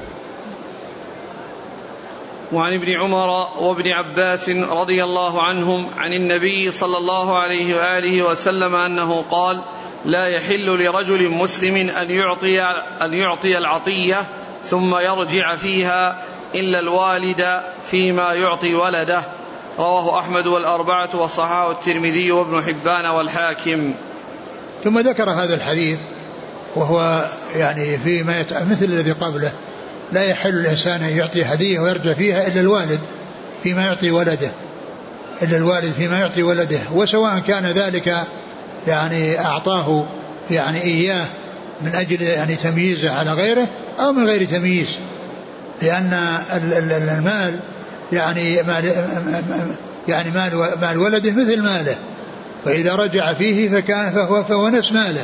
وعن ابن عمر وابن عباس رضي الله عنهم عن النبي صلى الله عليه وآله وسلم أنه قال: لا يحل لرجل مسلم أن يعطي, أن يعطي العطية ثم يرجع فيها إلا الوالد فيما يعطي ولده. رواه أحمد والأربعة وصححه الترمذي وابن حبان والحاكم.
ثم ذكر هذا الحديث وهو يعني فيما مثل الذي قبله: لا يحل الإنسان أن يعطي هدية ويرجع فيها إلا الوالد فيما يعطي ولده إلا الوالد فيما يعطي ولده وسواء كان ذلك يعني أعطاه يعني إياه من أجل يعني تمييزه على غيره أو من غير تمييز، لأن المال يعني مال يعني مال مال ولده مثل ماله، فإذا رجع فيه فكان فهو فهو نفس ماله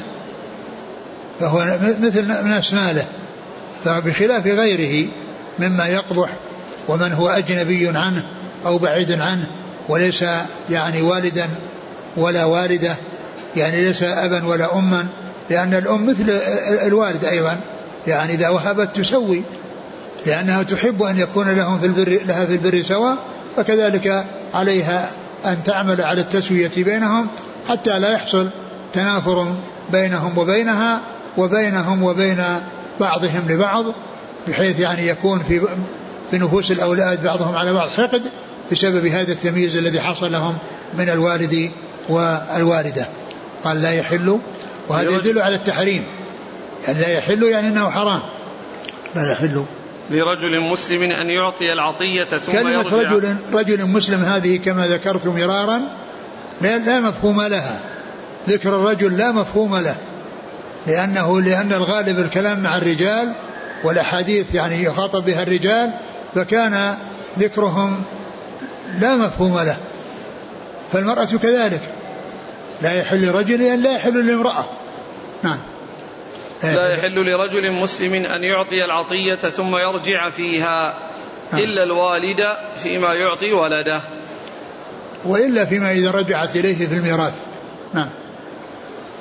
فهو مثل نفس ماله، فبخلاف غيره مما يقبح ومن هو أجنبي عنه أو بعيد عنه وليس يعني والدا ولا والدة، يعني ليس أبا ولا أما، لأن الأم مثل الوالد أيضا، يعني إذا وهبت تسوي لأنها تحب أن يكون لهم في البر لها في البر سواء، فكذلك عليها أن تعمل على التسوية بينهم حتى لا يحصل تنافر بينهم وبينها وبينهم وبين بعضهم لبعض، بحيث يعني يكون في في نفوس الأولاد بعضهم على بعض حقد بسبب هذا التمييز الذي حصل لهم من الوالد والوالدة. قال لا يحل، وهذا يدل على التحريم، يعني لا يحل يعني أنه حرام. لا يحل
لرجل مسلم أن يعطي العطية ثم
كلمة
يرجع.
رجل, رجل مسلم هذه كما ذكرت مرارا لا, لا مفهوم لها، ذكر الرجل لا مفهوم له، لأنه لأن الغالب الكلام مع الرجال والأحاديث يعني يخاطب بها الرجال، فكان ذكرهم لا مفهوم له. فالمرأة كذلك لا يحل لرجل أن لا يحل لامرأة. نعم.
لا يحل لرجل مسلم أن يعطي العطية ثم يرجع فيها إلا الوالد فيما يعطي ولده،
وإلا فيما إذا رجعت إليه في الميراث. نعم.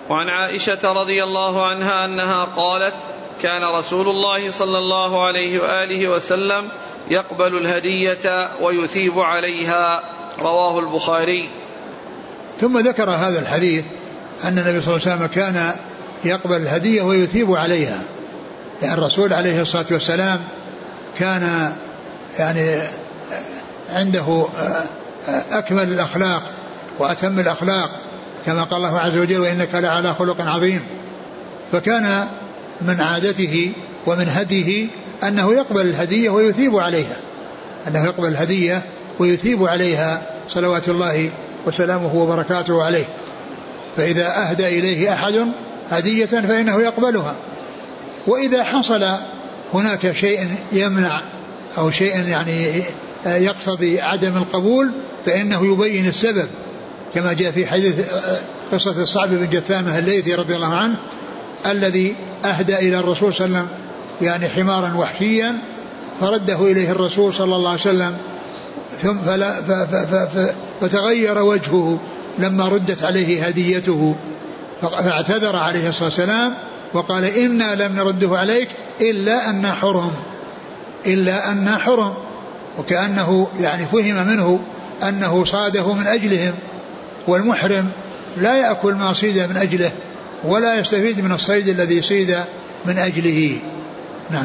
وعن عائشة رضي الله عنها أنها قالت: كان رسول الله صلى الله عليه وآله وسلم يقبل الهدية ويثيب عليها. رواه البخاري.
ثم ذكر هذا الحديث أن النبي صلى الله عليه وسلم كان يقبل الهدية ويثيب عليها، يعني الرسول عليه الصلاة والسلام كان يعني عنده أكمل الأخلاق وأتم الأخلاق، كما قال الله عز وجل: وإنك لعلى خلق عظيم. فكان من عادته ومن هديه أنه يقبل الهدية ويثيب عليها، أنه يقبل الهدية ويثيب عليها صلوات الله وسلامه وبركاته عليه. فإذا أهدى إليه أحد هدية فإنه يقبلها، وإذا حصل هناك شيء يمنع أو شيء يعني يقتضي عدم القبول فإنه يبين السبب، كما جاء في حديث قصة الصعب بن جثامة الليثي رضي الله عنه الذي أهدى إلى الرسول صلى الله عليه وسلم يعني حمارا وحشيا فرده إليه الرسول صلى الله عليه وسلم، ثم فلا فتغير وجهه لما ردت عليه هديته، فاعتذر عليه الصلاة والسلام وقال: إنا لم نرده عليك إلا أن حرم إلا أن حرم وكأنه يعني فهم منه أنه صاده من أجلهم، والمحرم لا يأكل ما صيد من أجله ولا يستفيد من الصيد الذي صيد من أجله. نعم.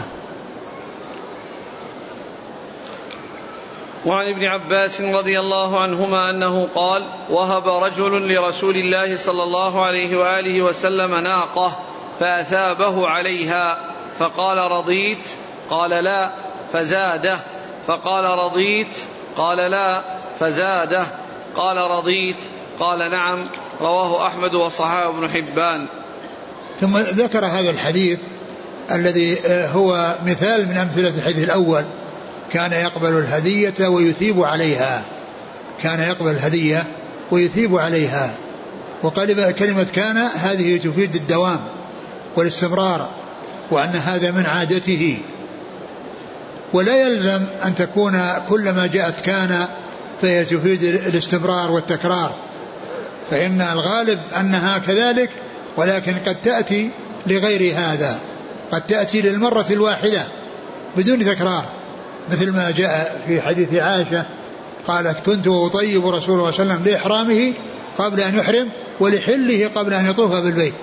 وعن ابن عباس رضي الله عنهما أنه قال: وهب رجل لرسول الله صلى الله عليه وآله وسلم ناقة فأثابه عليها فقال: رضيت؟ قال: لا، فزاده. فقال: رضيت؟ قال: لا، فزاده. قال: رضيت؟ قال: نعم. رواه أحمد وصححه ابن حبان.
ثم ذكر هذا الحديث الذي هو مثال من أمثلة الحديث الأول: كان يقبل الهدية ويثيب عليها، كان يقبل الهدية ويثيب عليها. وكلمة كان هذه تفيد الدوام والاستمرار، وأن هذا من عادته، ولا يلزم أن تكون كلما جاءت كان فهي تفيد الاستمرار والتكرار، فإن الغالب أنها كذلك، ولكن قد تأتي لغير هذا، قد تأتي للمرة الواحدة بدون تكرار، مثل ما جاء في حديث عائشة قالت: كنت أطيب رسول الله صلى الله عليه وسلم لإحرامه قبل أن يحرم ولحله قبل أن يطوف بالبيت،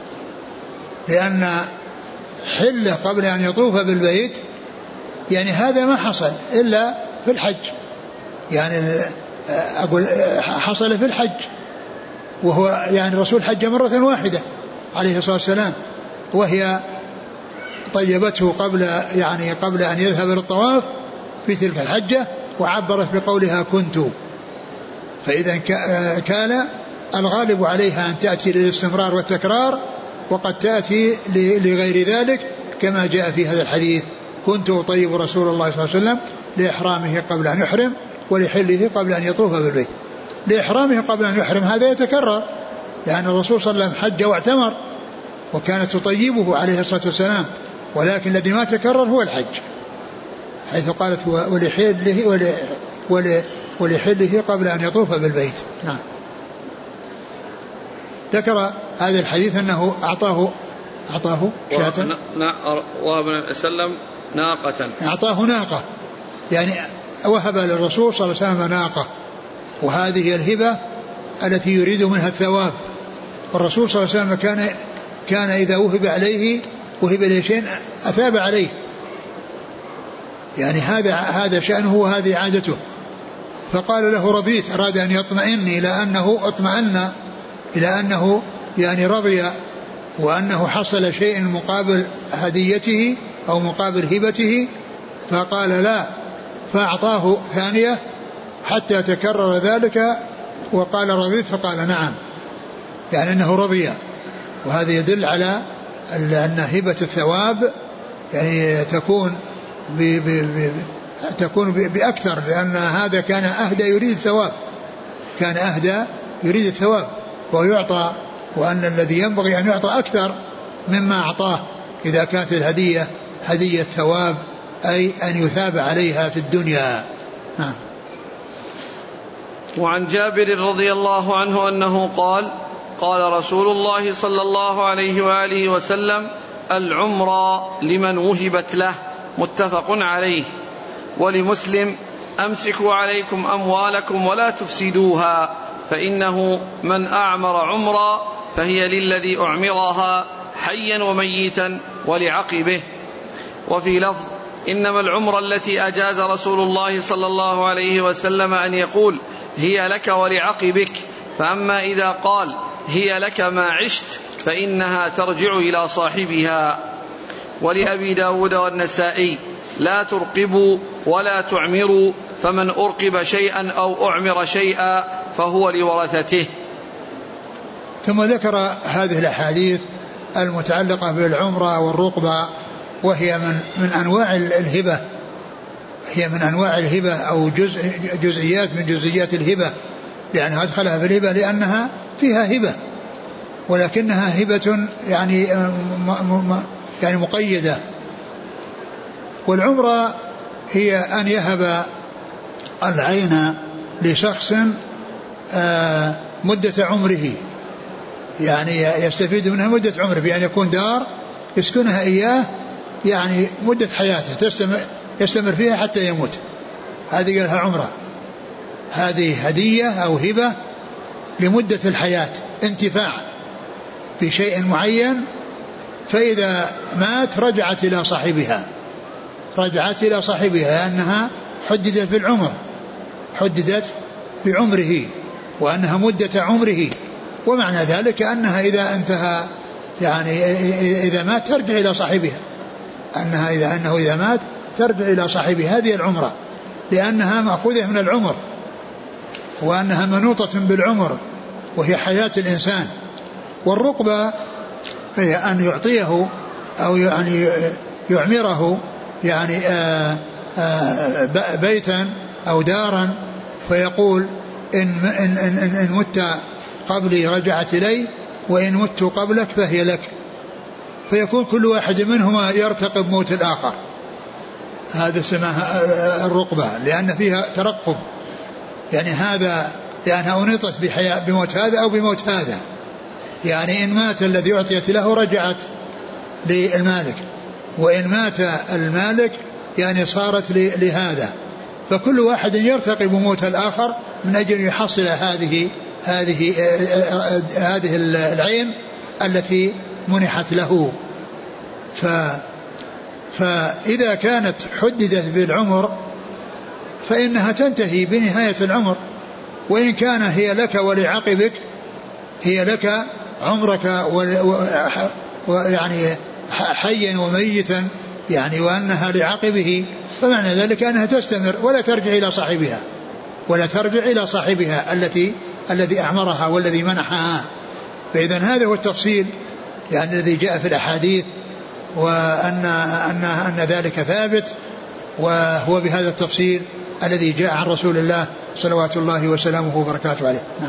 لأن حله قبل أن يطوف بالبيت يعني هذا ما حصل إلا في الحج، يعني أقول حصل في الحج، وهو يعني الرسول حج مرة واحدة عليه الصلاة والسلام، وهي طيبته قبل يعني قبل أن يذهب للطواف في تلك الحجة، وعبرت بقولها كنت. فإذا كان الغالب عليها أن تأتي للاستمرار والتكرار، وقد تأتي لغير ذلك، كما جاء في هذا الحديث: كنت أطيب رسول الله صلى الله عليه وسلم لإحرامه قبل أن يحرم ولحله قبل أن يطوف بالبيت. لإحرامه قبل أن يحرم هذا يتكرر، لأن الرسول صلى الله عليه وسلم حج واعتمر وكانت تطيبه عليه الصلاة والسلام، ولكن الذي ما تكرر هو الحج، حيث قالت: ولحله ولحله قبل أن يطوف بالبيت. نعم. ذكر هذا الحديث أنه أعطاه أعطاه شاة،
وهب النبي صلى الله عليه وسلم ناقة،
أعطاه ناقة، يعني وهب للرسول صلى الله عليه وسلم ناقة، وهذه الهبة التي يريد منها الثواب. والرسول صلى الله عليه وسلم كان كان إذا وهب عليه وهب له شيء أثاب عليه، يعني هذا هذا شأنه وهذه عادته. فقال له: رضيت، أراد أن يطمئن إلى أنه اطمأن إلى أنه يعني رضي، وأنه حصل شيء مقابل هديته أو مقابل هبته، فقال: لا، فأعطاه ثانية حتى تكرر ذلك، وقال: رضيت؟ فقال: نعم، يعني أنه رضي. وهذا يدل على أن هبة الثواب يعني تكون ب ب ب تكون بأكثر، لأن هذا كان أهدى يريد الثواب، كان أهدى يريد الثواب ويعطى، وأن الذي ينبغي أن يعطى أكثر مما أعطاه إذا كانت الهدية هدية ثواب، أي أن يثاب عليها في الدنيا. نعم.
وعن جابر رضي الله عنه أنه قال: قال رسول الله صلى الله عليه وآله وسلم: العمرة لمن وهبت له، متفق عليه. ولمسلم: أمسكوا عليكم أموالكم ولا تفسدوها، فإنه من أعمر عمرا فهي للذي أعمرها حيا وميتا ولعقبه. وفي لفظ: إنما العمرة التي أجاز رسول الله صلى الله عليه وسلم أن يقول: هي لك ولعقبك، فأما إذا قال: هي لك ما عشت فإنها ترجع إلى صاحبها. ولأبي داود والنسائي: لا ترقبوا ولا تعمروا، فمن أرقب شيئا أو أعمر شيئا فهو لورثته.
ثم ذكر هذه الأحاديث المتعلقة بالعمرة والرقبة، وهي من, من أنواع الهبة، هي من أنواع الهبة أو جزء جزئيات من جزئيات الهبة، لأنها أدخلها في الهبة لأنها فيها هبة، ولكنها هبة يعني يعني مقيدة. والعمرة هي أن يهب العين لشخص مدة عمره، يعني يستفيد منها مدة عمره بأن يكون دار يسكنها إياه يعني مدة حياته تستمر يستمر فيها حتى يموت، هذه قالها عمرة. هذه هدية أو هبة لمدة الحياة، انتفاع في شيء معين، فإذا مات رجعت إلى صاحبها، رجعت إلى صاحبها أنها حددت بالعمر، حددت بعمره، وأنها مدة عمره. ومعنى ذلك أنها إذا انتهى يعني إذا مات ترجع إلى صاحبها، أنها إذا أنه إذا مات ترجع إلى صاحبها. هذه العمرة لأنها مأخوذة من العمر، وأنها منوطة بالعمر وهي حياة الإنسان. والرقبة هي أن يعطيه أو يعني يعمره يعني آآ آآ بيتا أو دارا، فيقول إن, إن, إن, إن, إن مت قبلي رجعت إلي، وإن مت قبلك فهي لك، فيكون كل واحد منهما يرتقب موت الآخر. هذا اسمها الرقبة لأن فيها ترقب، يعني هذا لأنها أنيطت بحياة بموت هذا أو بموت هذا، يعني إن مات الذي أعطيت له رجعت للمالك، وإن مات المالك يعني صارت لهذا، فكل واحد يرتقب موت الآخر من أجل يحصل هذه هذه هذه العين التي منحت له. ف فإذا كانت حددت بالعمر فإنها تنتهي بنهاية العمر، وإن كان هي لك ولعقبك، هي لك عمرك ويعني حيا وميتا يعني، وأنها لعقبه، فمعنى ذلك أنها تستمر ولا ترجع إلى صاحبها، ولا ترجع إلى صاحبها التي الذي أعمرها والذي منحها. فإذا هذا هو التفصيل يعني الذي جاء في الأحاديث، وأن أن أن ذلك ثابت، وهو بهذا التفصيل الذي جاء عن رسول الله صلوات الله وسلامه وبركاته عليه. نعم.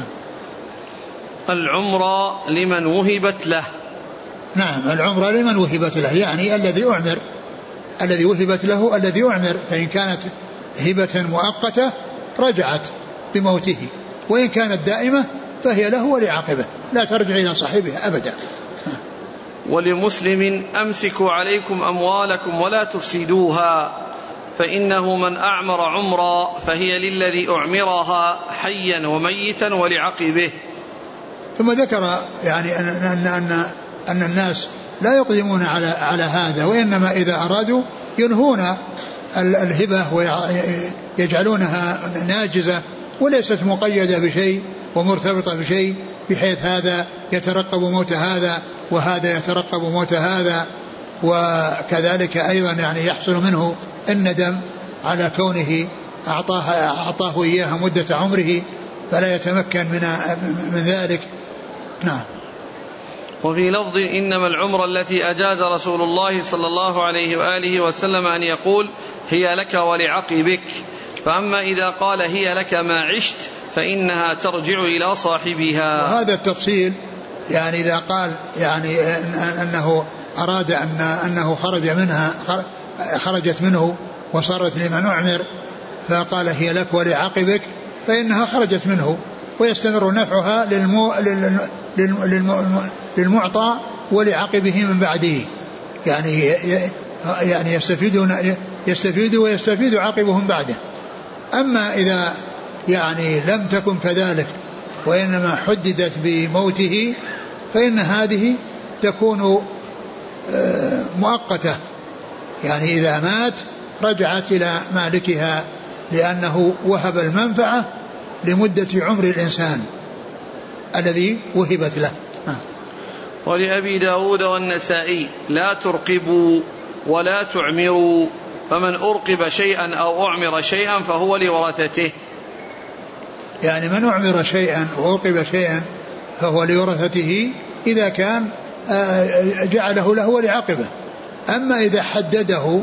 العمرة لمن وهبت له.
نعم، العمرة لمن وهبت له، يعني الذي أعمر، الذي وهبت له الذي أعمر، فإن كانت هبة مؤقتة رجعت بموته، وإن كانت دائمة فهي له ولعقبه، لا ترجع إلى صاحبها أبدا.
ولمسلم: أمسكوا عليكم أموالكم ولا تفسدوها، فإنه من أعمر عمرا فهي للذي أعمرها حيا وميتا ولعقبه.
ثم ذكر يعني أن, أن, أن, أن الناس لا يقدمون على, على هذا، وإنما إذا أرادوا ينهون الهبة ويجعلونها ناجزة وليست مقيدة بشيء ومرتبطة بشيء، بحيث هذا يترقب موت هذا وهذا يترقب موت هذا، وكذلك أيضا يعني يحصل منه الندم على كونه أعطاه, أعطاه إياها مدة عمره فلا يتمكن من, من ذلك. نعم.
وفي لفظ: إنما العمرة التي أجاز رسول الله صلى الله عليه وآله وسلم أن يقول: هي لك ولعقبك، فأما إذا قال: هي لك ما عشت فإنها ترجع إلى صاحبها.
وهذا التفصيل يعني إذا قال يعني أنه أراد أن أنه خرج منها خرجت منه وصارت لمن أعمر، فقال: هي لك ولعقبك، فإنها خرجت منه ويستمر نفعها للمو للمعطى ولعقبه من بعده، يعني يعني يستفيدون يستفيد ويستفيد عقبهم بعده. أما إذا يعني لم تكن كذلك وإنما حددت بموته فإن هذه تكون مؤقتة، يعني إذا مات رجعت إلى مالكها لأنه وهب المنفعة لمدة عمر الإنسان الذي وهبت له.
ولأبي داود والنسائي لا ترقبوا ولا تعمروا، فمن أرقب شيئا أو أعمر شيئا فهو لورثته.
يعني من أعمر شيئا وأرقب شيئا فهو لورثته إذا كان جعله له ولعقبه. أما إذا حدده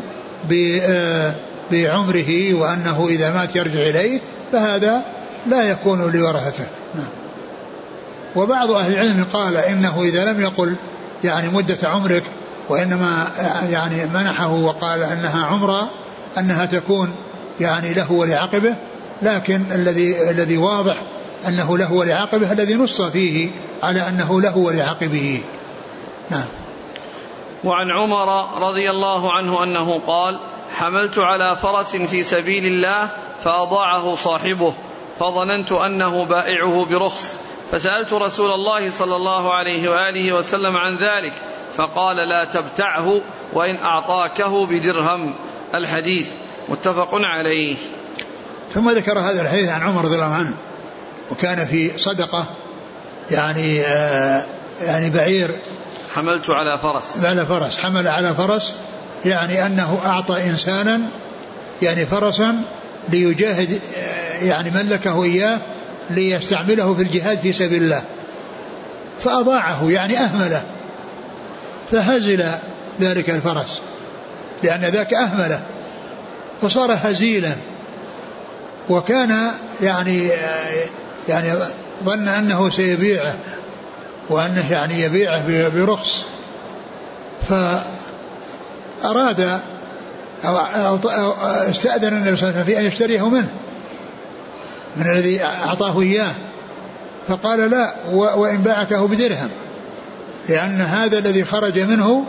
بعمره وأنه إذا مات يرجع إليه فهذا لا يكون لورثته. وبعض أهل العلم قال إنه إذا لم يقل يعني مدة عمرك وإنما يعني منحه وقال أنها عمره أنها تكون يعني له ولعقبه، لكن الذي الذي واضح أنه له ولعقبه الذي نص فيه على أنه له ولعقبه. نعم.
وعن عمر رضي الله عنه أنه قال: حملت على فرس في سبيل الله فأضاعه صاحبه فظننت أنه بائعه برخص، فسألت رسول الله صلى الله عليه وآله وسلم عن ذلك فقال: لا تبتعه وإن أعطاكه بدرهم. الحديث متفق عليه.
ثم ذكر هذا الحديث عن عمر رضي الله عنه، وكان في صدقة يعني آه يعني بعير
حملت على فرس
على فرس حمل على فرس، يعني أنه أعطى إنسانا يعني فرسا ليجاهد، يعني ملكه إياه ليستعمله في الجهاد في سبيل الله، فأضاعه يعني أهمله، فهزل ذلك الفرس لأن ذاك أهمله فصار هزيلا، وكان يعني يعني ظن أنه سيبيعه وأنه يعني يبيعه برخص، فأراد أو استأذن النبي صلى الله عليه وسلم في أن يشتريه منه من الذي أعطاه إياه، فقال: لا، وإن باعكه بدرهم، لأن هذا الذي خرج منه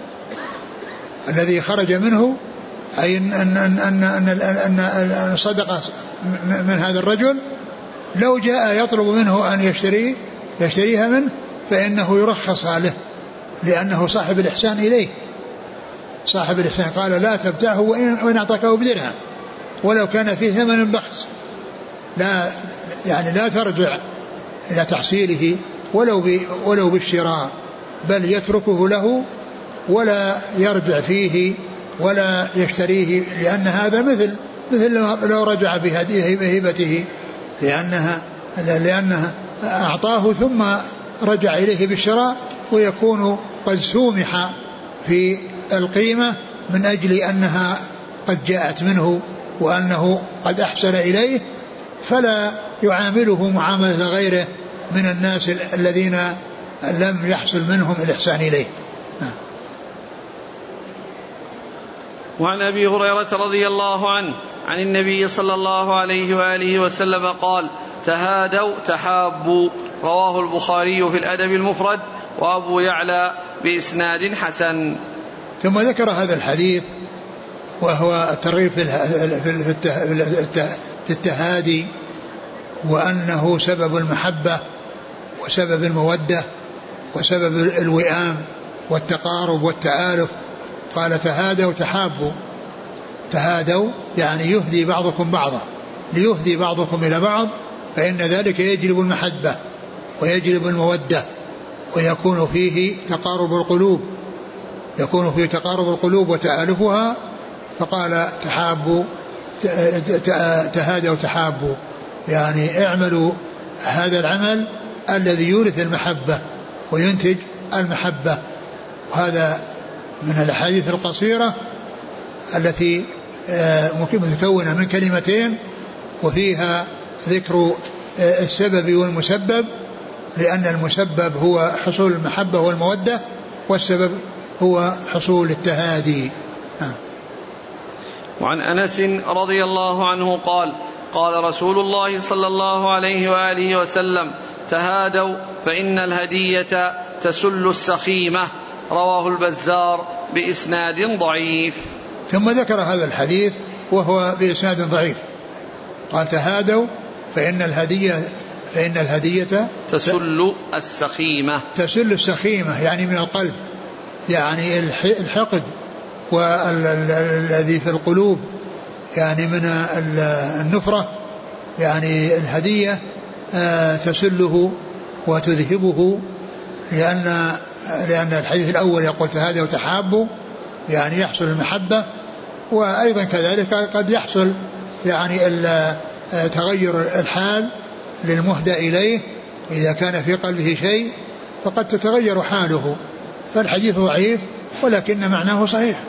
الذي خرج منه أي أن أن أن أن أن صدقة من هذا الرجل لو جاء يطلب منه أن يشتري يشتريها منه فإنه يرخص له، لأنه صاحب الإحسان إليه، صاحب الإحسان. قال: لا تبتعه وإن أعطاكه بدرهم ولو كان فيه ثمن بخس، لا يعني لا ترجع إلى تحصيله ولو ولو بالشراء، بل يتركه له ولا يرجع فيه ولا يشتريه، لأن هذا مثل مثل لو رجع بهبته، لأنها لأنها أعطاه ثم رجع إليه بالشراء، ويكون قد سومح في القيمة من أجل أنها قد جاءت منه وأنه قد أحسن إليه، فلا يعامله معاملة غيره من الناس الذين لم يحصل منهم الإحسان إليه.
وعن أبي هريرة رضي الله عنه عن النبي صلى الله عليه وآله وسلم قال: تهادوا تحابوا. رواه البخاري في الأدب المفرد وأبو يعلى بإسناد حسن.
ثم ذكر هذا الحديث وهو الترغيب في التهادي، وأنه سبب المحبة وسبب المودة وسبب الوئام والتقارب والتآلف. قال: تهادوا تحابوا. تهادوا يعني يهدي بعضكم بعضا، ليهدي بعضكم إلى بعض، فإن ذلك يجلب المحبة ويجلب المودة ويكون فيه تقارب القلوب يكون فيه تقارب القلوب وتآلفها. فقال: تحابوا تهادوا تحابوا، يعني اعملوا هذا العمل الذي يورث المحبة وينتج المحبة. وهذا من الأحاديث القصيرة التي متكونة من كلمتين وفيها ذكر السبب والمسبب، لأن المسبب هو حصول المحبة والمودة، والسبب هو حصول التهادي.
وعن أنس رضي الله عنه قال: قال رسول الله صلى الله عليه وآله وسلم: تهادوا فإن الهدية تسل السخيمة. رواه البزار بإسناد ضعيف.
ثم ذكر هذا الحديث وهو بإسناد ضعيف. قال: تهادوا فإن الهدية فإن الهدية
تسل السخيمة.
تسل السخيمة يعني من القلب، يعني الحقد والذي في القلوب، يعني من النفرة، يعني الهدية تسله وتذهبه، لأن لأن الحديث الأول يقول: تهادوا وتحابوا، يعني يحصل المحبة. وأيضا كذلك قد يحصل يعني تغير الحال للمهدى إليه، إذا كان في قلبه شيء فقد تتغير حاله. فالحديث ضعيف ولكن معناه صحيح.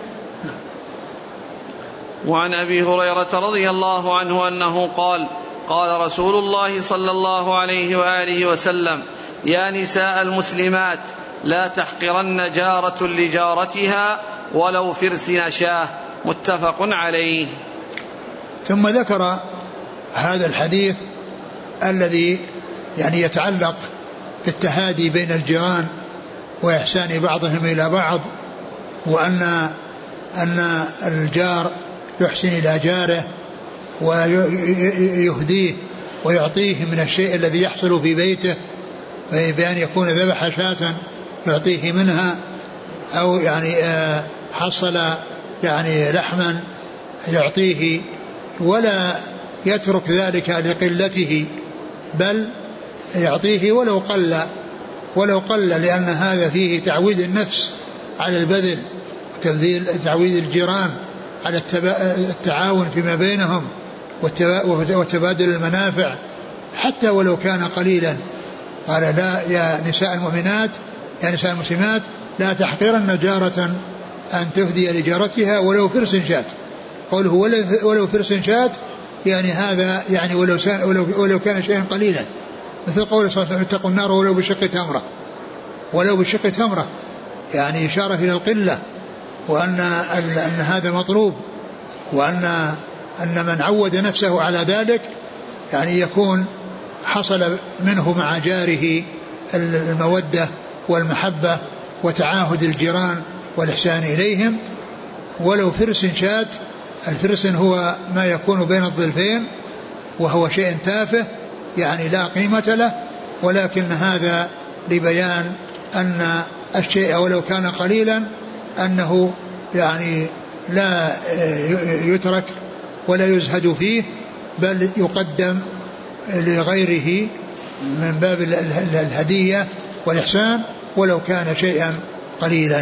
وعن أبي هريرة رضي الله عنه أنه قال: قال رسول الله صلى الله عليه وآله وسلم: يا نساء المسلمات لا تحقرن جارة لجارتها ولو فرس نشاه. متفق عليه.
ثم ذكر هذا الحديث الذي يعني يتعلق بالتهادي بين الجيران وإحسان بعضهم إلى بعض، وأن أن الجار يحسن إلى جاره ويهديه ويعطيه من الشيء الذي يحصل في بيته، بأن يكون ذبح شاة يعطيه منها، أو يعني حصل يعني لحما يعطيه، ولا يترك ذلك لقلته، بل يعطيه ولو قل ولو قل لأن هذا فيه تعويد النفس على البذل، تعويد الجيران على التعاون فيما بينهم وتبادل المنافع حتى ولو كان قليلا. قال: لا يا نساء المؤمنات يا نساء المسلمات لا تحقرن جارة أن تهدي لجارتها ولو فرس شاة. قوله ولو فرس شاة يعني هذا يعني ولو, ولو, ولو كان شيئا قليلا، مثل قول صلى الله عليه وسلم: اتقوا النار ولو بشق تمرة. ولو بشق تمرة يعني إشارة إلى القلة، وأن أن هذا مطلوب، وأن أن من عود نفسه على ذلك يعني يكون حصل منه مع جاره المودة والمحبة وتعاهد الجيران والإحسان إليهم. ولو فرس شاة، الفرس هو ما يكون بين الظلفين وهو شيء تافه يعني لا قيمة له، ولكن هذا لبيان أن الشيء ولو كان قليلا أنه يعني لا يترك ولا يزهد فيه، بل يقدم لغيره من باب الهدية والإحسان ولو كان شيئا قليلا.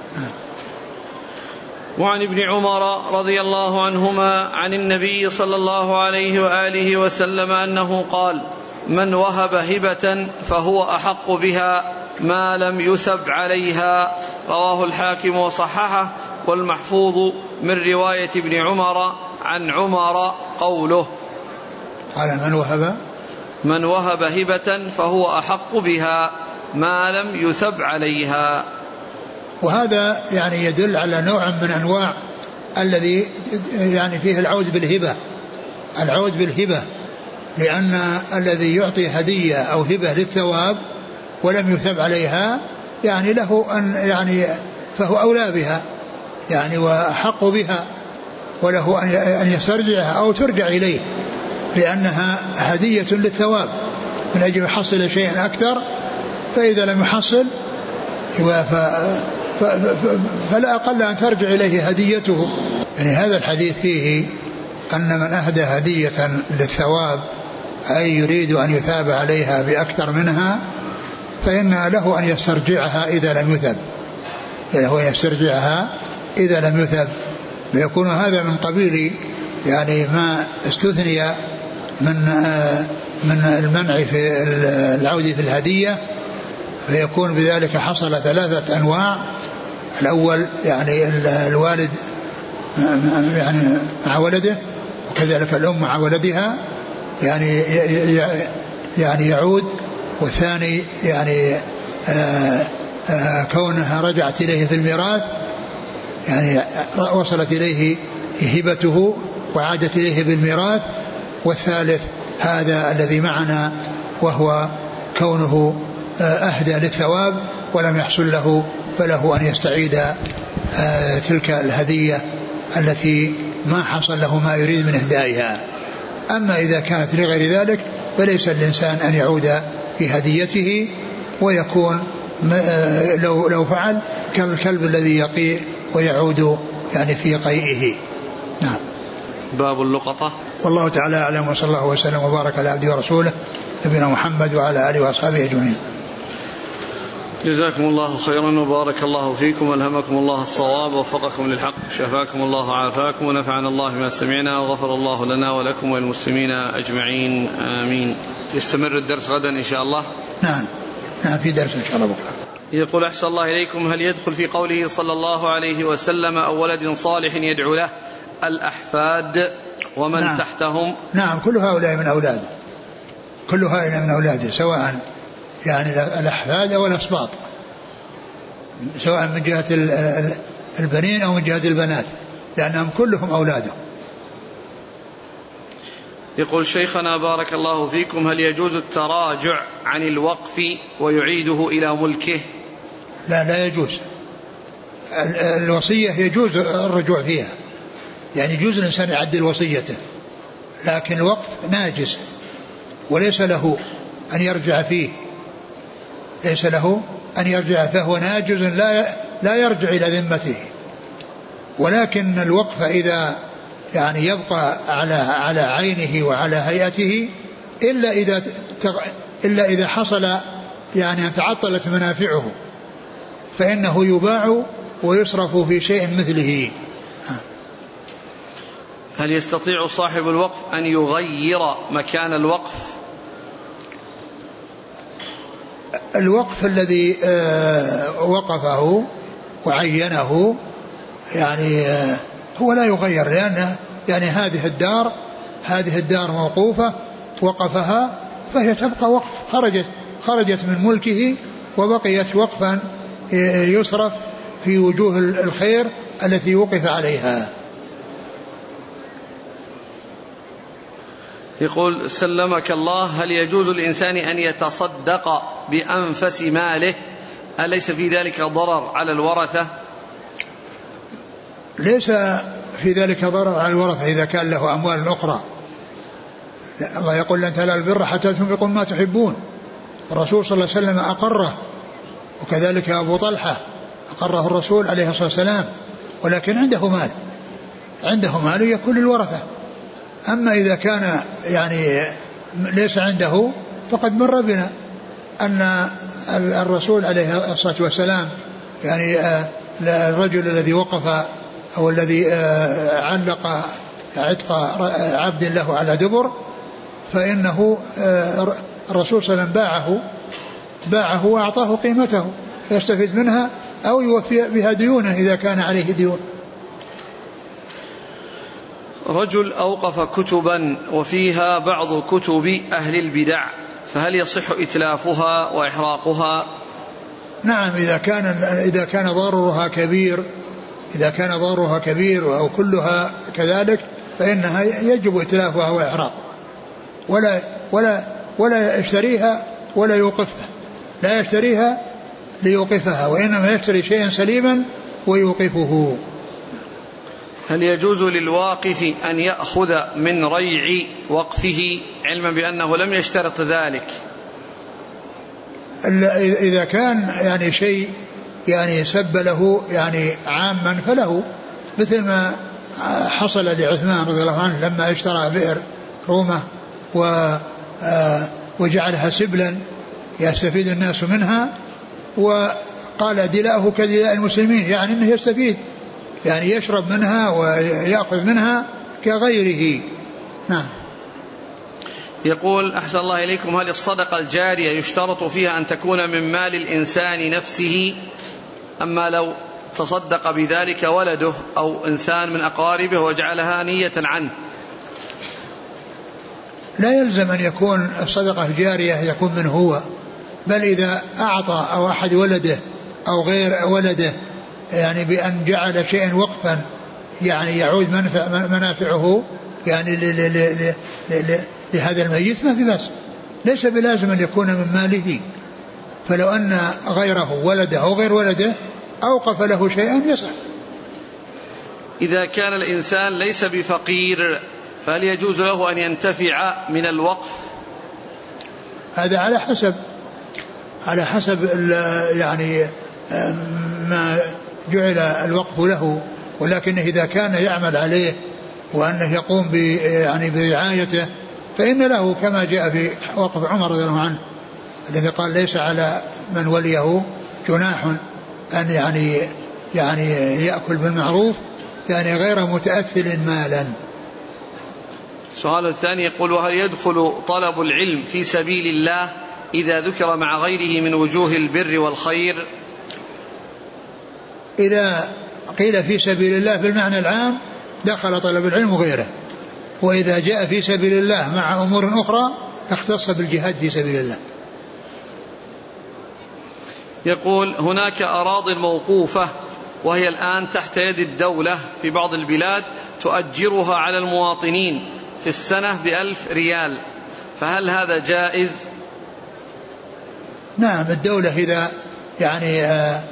وعن ابن عمر رضي الله عنهما عن النبي صلى الله عليه وآله وسلم أنه قال: من وهب هبة فهو أحق بها ما لم يثب عليها. رواه الحاكم وصححه، والمحفوظ من رواية ابن عمر عن عمر قوله:
قال: من وهب
من وهب هبة فهو أحق بها ما لم يثب عليها.
وهذا يعني يدل على نوع من أنواع الذي يعني فيه العود بالهبة العود بالهبة لأن الذي يعطي هدية أو هبة للثواب ولم يثب عليها يعني له أن يعني فهو أولى بها يعني وأحق بها، وله أن يسترجعها أو ترجع إليه، لأنها هدية للثواب من أجل يحصل شيئا أكثر، فإذا لم يحصل فلا أقل أن ترجع إليه هديته. يعني هذا الحديث فيه أن من أهدى هدية للثواب أي يريد أن يثاب عليها بأكثر منها فإن له أن يسترجعها إذا لم يثب له أن يسترجعها إذا لم يثب فيكون هذا من قبيل يعني ما استثني من من المنع في العود في الهدية، فيكون بذلك حصل ثلاثة أنواع. الأول يعني الوالد يعني مع ولده، وكذلك الأم مع ولدها يعني يعني يعود، والثاني يعني آآ آآ كونها رجعت إليه في الميراث يعني وصلت إليه هبته وعادت إليه بالميراث، والثالث هذا الذي معنا وهو كونه أهدى للثواب ولم يحصل له فله أن يستعيد تلك الهدية التي ما حصل له ما يريد من إهدائها. أما إذا كانت لغير ذلك فليس الإنسان أن يعود في هديته ويكون لو, لو فعل كالكلب الذي يقيء ويعود يعني في قيئه. نعم.
باب اللقطة.
والله تعالى أعلم، وصلى الله وسلم وبارك على عبده ورسوله نبينا محمد وعلى آله وأصحابه أجمعين.
جزاكم الله خيرا وبارك الله فيكم، ألهمكم الله الصواب ووفقكم للحق، شفاكم الله وعافاكم، ونفعنا الله بما سمعنا، وغفر الله لنا ولكم وللمسلمين أجمعين، آمين. يستمر الدرس غدا إن شاء الله.
نعم نعم في درس إن شاء الله بكرة.
يقول أحسن الله إليكم: هل يدخل في قوله صلى الله عليه وسلم أو ولد صالح يدعو له الأحفاد ومن
نعم.
تحتهم؟
نعم كل هؤلاء من أولاده، كل هؤلاء من أولاده، سواء يعني الأحفاد أو الأسباط، سواء من جهة البنين أو من جهة البنات، لأنهم كلهم أولاده.
يقول شيخنا بارك الله فيكم: هل يجوز التراجع عن الوقف ويعيده إلى ملكه؟
لا لا يجوز. الوصية يجوز الرجوع فيها، يعني يجوز الإنسان يعدل وصيته، لكن الوقف ناجس وليس له أن يرجع فيه، ليس له أن يرجع، فهو ناجز لا لا يرجع إلى ذمته. ولكن الوقف إذا يعني يبقى على على عينه وعلى هيئته إلا إذا إلا إذا حصل يعني أن تعطلت منافعه فإنه يباع ويصرف في شيء مثله.
هل يستطيع صاحب الوقف أن يغير مكان الوقف؟
الوقف الذي وقفه وعينه يعني هو لا يغير، لأن يعني هذه الدار هذه الدار موقوفة وقفها فهي تبقى وقف، خرجت خرجت من ملكه وبقيت وقفا يصرف في وجوه الخير التي وقف عليها.
يقول سلمك الله: هل يجوز الإنسان أن يتصدق بأنفس ماله؟ أليس في ذلك ضرر على الورثة؟
ليس في ذلك ضرر على الورثة إذا كان له أموال أخرى. الله يقول: لن تنالوا البر حتى تنفقوا ما تحبون. الرسول صلى الله عليه وسلم أقره، وكذلك أبو طلحة أقره الرسول عليه الصلاة والسلام، ولكن عنده مال عنده مال يكون للورثة. أما إذا كان يعني ليس عنده فقد مر بنا أن الرسول عليه الصلاة والسلام يعني الرجل الذي وقف أو الذي علق عتق عبد له على دبر، فإنه الرسول صلى الله عليه وسلم باعه باعه وأعطاه قيمته يستفيد منها أو يوفي بها ديونه إذا كان عليه ديون.
رجل أوقف كتبا وفيها بعض كتب أهل البدع، فهل يصح إتلافها وإحراقها؟
نعم إذا كان إذا كان ضررها كبير إذا كان ضررها كبير أو كلها كذلك فإنها يجب إتلافها وإحراقها، ولا ولا ولا يشتريها ولا يوقفها، لا يشتريها ليوقفها، وإنما يشتري شيئا سليما ويوقفه.
هل يجوز للواقف أن يأخذ من ريع وقفه علما بأنه لم يشترط ذلك؟
إذا كان يعني شيء يعني سب له يعني عاما فله، مثل ما حصل لعثمان رضي الله عنه لما اشترى بئر رومة وجعلها سبلا يستفيد الناس منها، وقال دلاؤه كدلاء المسلمين، يعني أنه يستفيد، يعني يشرب منها ويأخذ منها كغيره. نعم.
يقول أحسن الله إليكم: هل الصدقة الجارية يشترط فيها أن تكون من مال الإنسان نفسه، أما لو تصدق بذلك ولده أو إنسان من أقاربه وجعلها نية عنه؟
لا يلزم أن يكون الصدقة الجارية يكون منه هو، بل إذا أعطى أو أحد ولده أو غير ولده يعني بأن جعل شيئا وقفا يعني يعود منفع منافعه يعني لهذا الميت ما في بأس، ليس بلازم أن يكون من ماله. فلو أن غيره ولده أو غير ولده أوقف له شيئا يصح.
إذا كان الإنسان ليس بفقير فهل يجوز له أن ينتفع من الوقف؟
هذا على حسب على حسب يعني ما جعل الوقف له، ولكن إذا كان يعمل عليه وأنه يقوم يعني برعايته فإن له كما جاء في وقف عمر رضي الله عنه الذي قال ليس على من وليه جناح أن يعني يعني يأكل بالمعروف يعني غير متأثل مالا.
السؤال الثاني يقول: وهل يدخل طلب العلم في سبيل الله إذا ذكر مع غيره من وجوه البر والخير؟
إذا قيل في سبيل الله بالمعنى العام دخل طلب العلم وغيره، وإذا جاء في سبيل الله مع أمور أخرى اختص بالجهاد في سبيل الله.
يقول: هناك أراضي موقوفة وهي الآن تحت يد الدولة في بعض البلاد تؤجرها على المواطنين في السنة بألف ريال، فهل هذا جائز؟
نعم، الدولة إذا يعني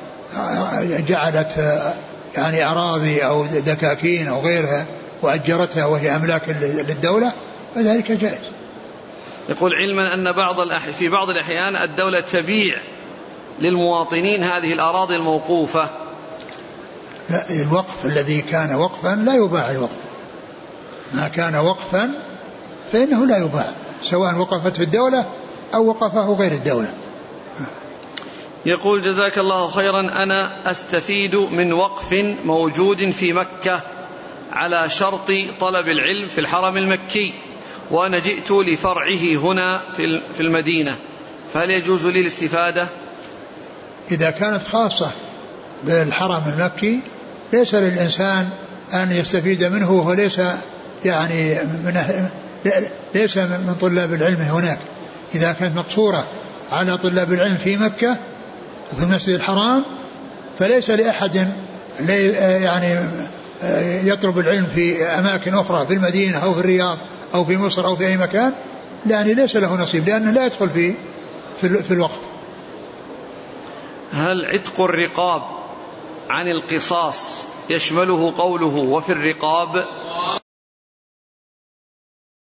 جعلت يعني أراضي أو دكاكين أو غيرها وأجرتها وهي أملاك للدولة فذلك جائز.
يقول: علما أن بعض الأح... في بعض الأحيان الدولة تبيع للمواطنين هذه الأراضي الموقوفة.
لا، الوقف الذي كان وقفا لا يباع الوقف، ما كان وقفا فإنه لا يباع سواء وقفته الدولة أو وقفه غير الدولة.
يقول: جزاك الله خيرا، أنا أستفيد من وقف موجود في مكة على شرط طلب العلم في الحرم المكي، وأنا جئت لفرعه هنا في المدينة، فهل يجوز لي الاستفادة؟
إذا كانت خاصة بالحرم المكي ليس للإنسان أن يستفيد منه وهو ليس يعني من ليس من طلاب العلم هناك. إذا كانت مقصورة على طلاب العلم في مكة وفي المسجد الحرام فليس لأحد يعني يطلب العلم في أماكن أخرى في المدينة أو في الرياض أو في مصر أو في أي مكان، يعني ليس له نصيب لأنه لا يدخل في في الوقت.
هل عتق الرقاب عن القصاص يشمله قوله وفي الرقاب؟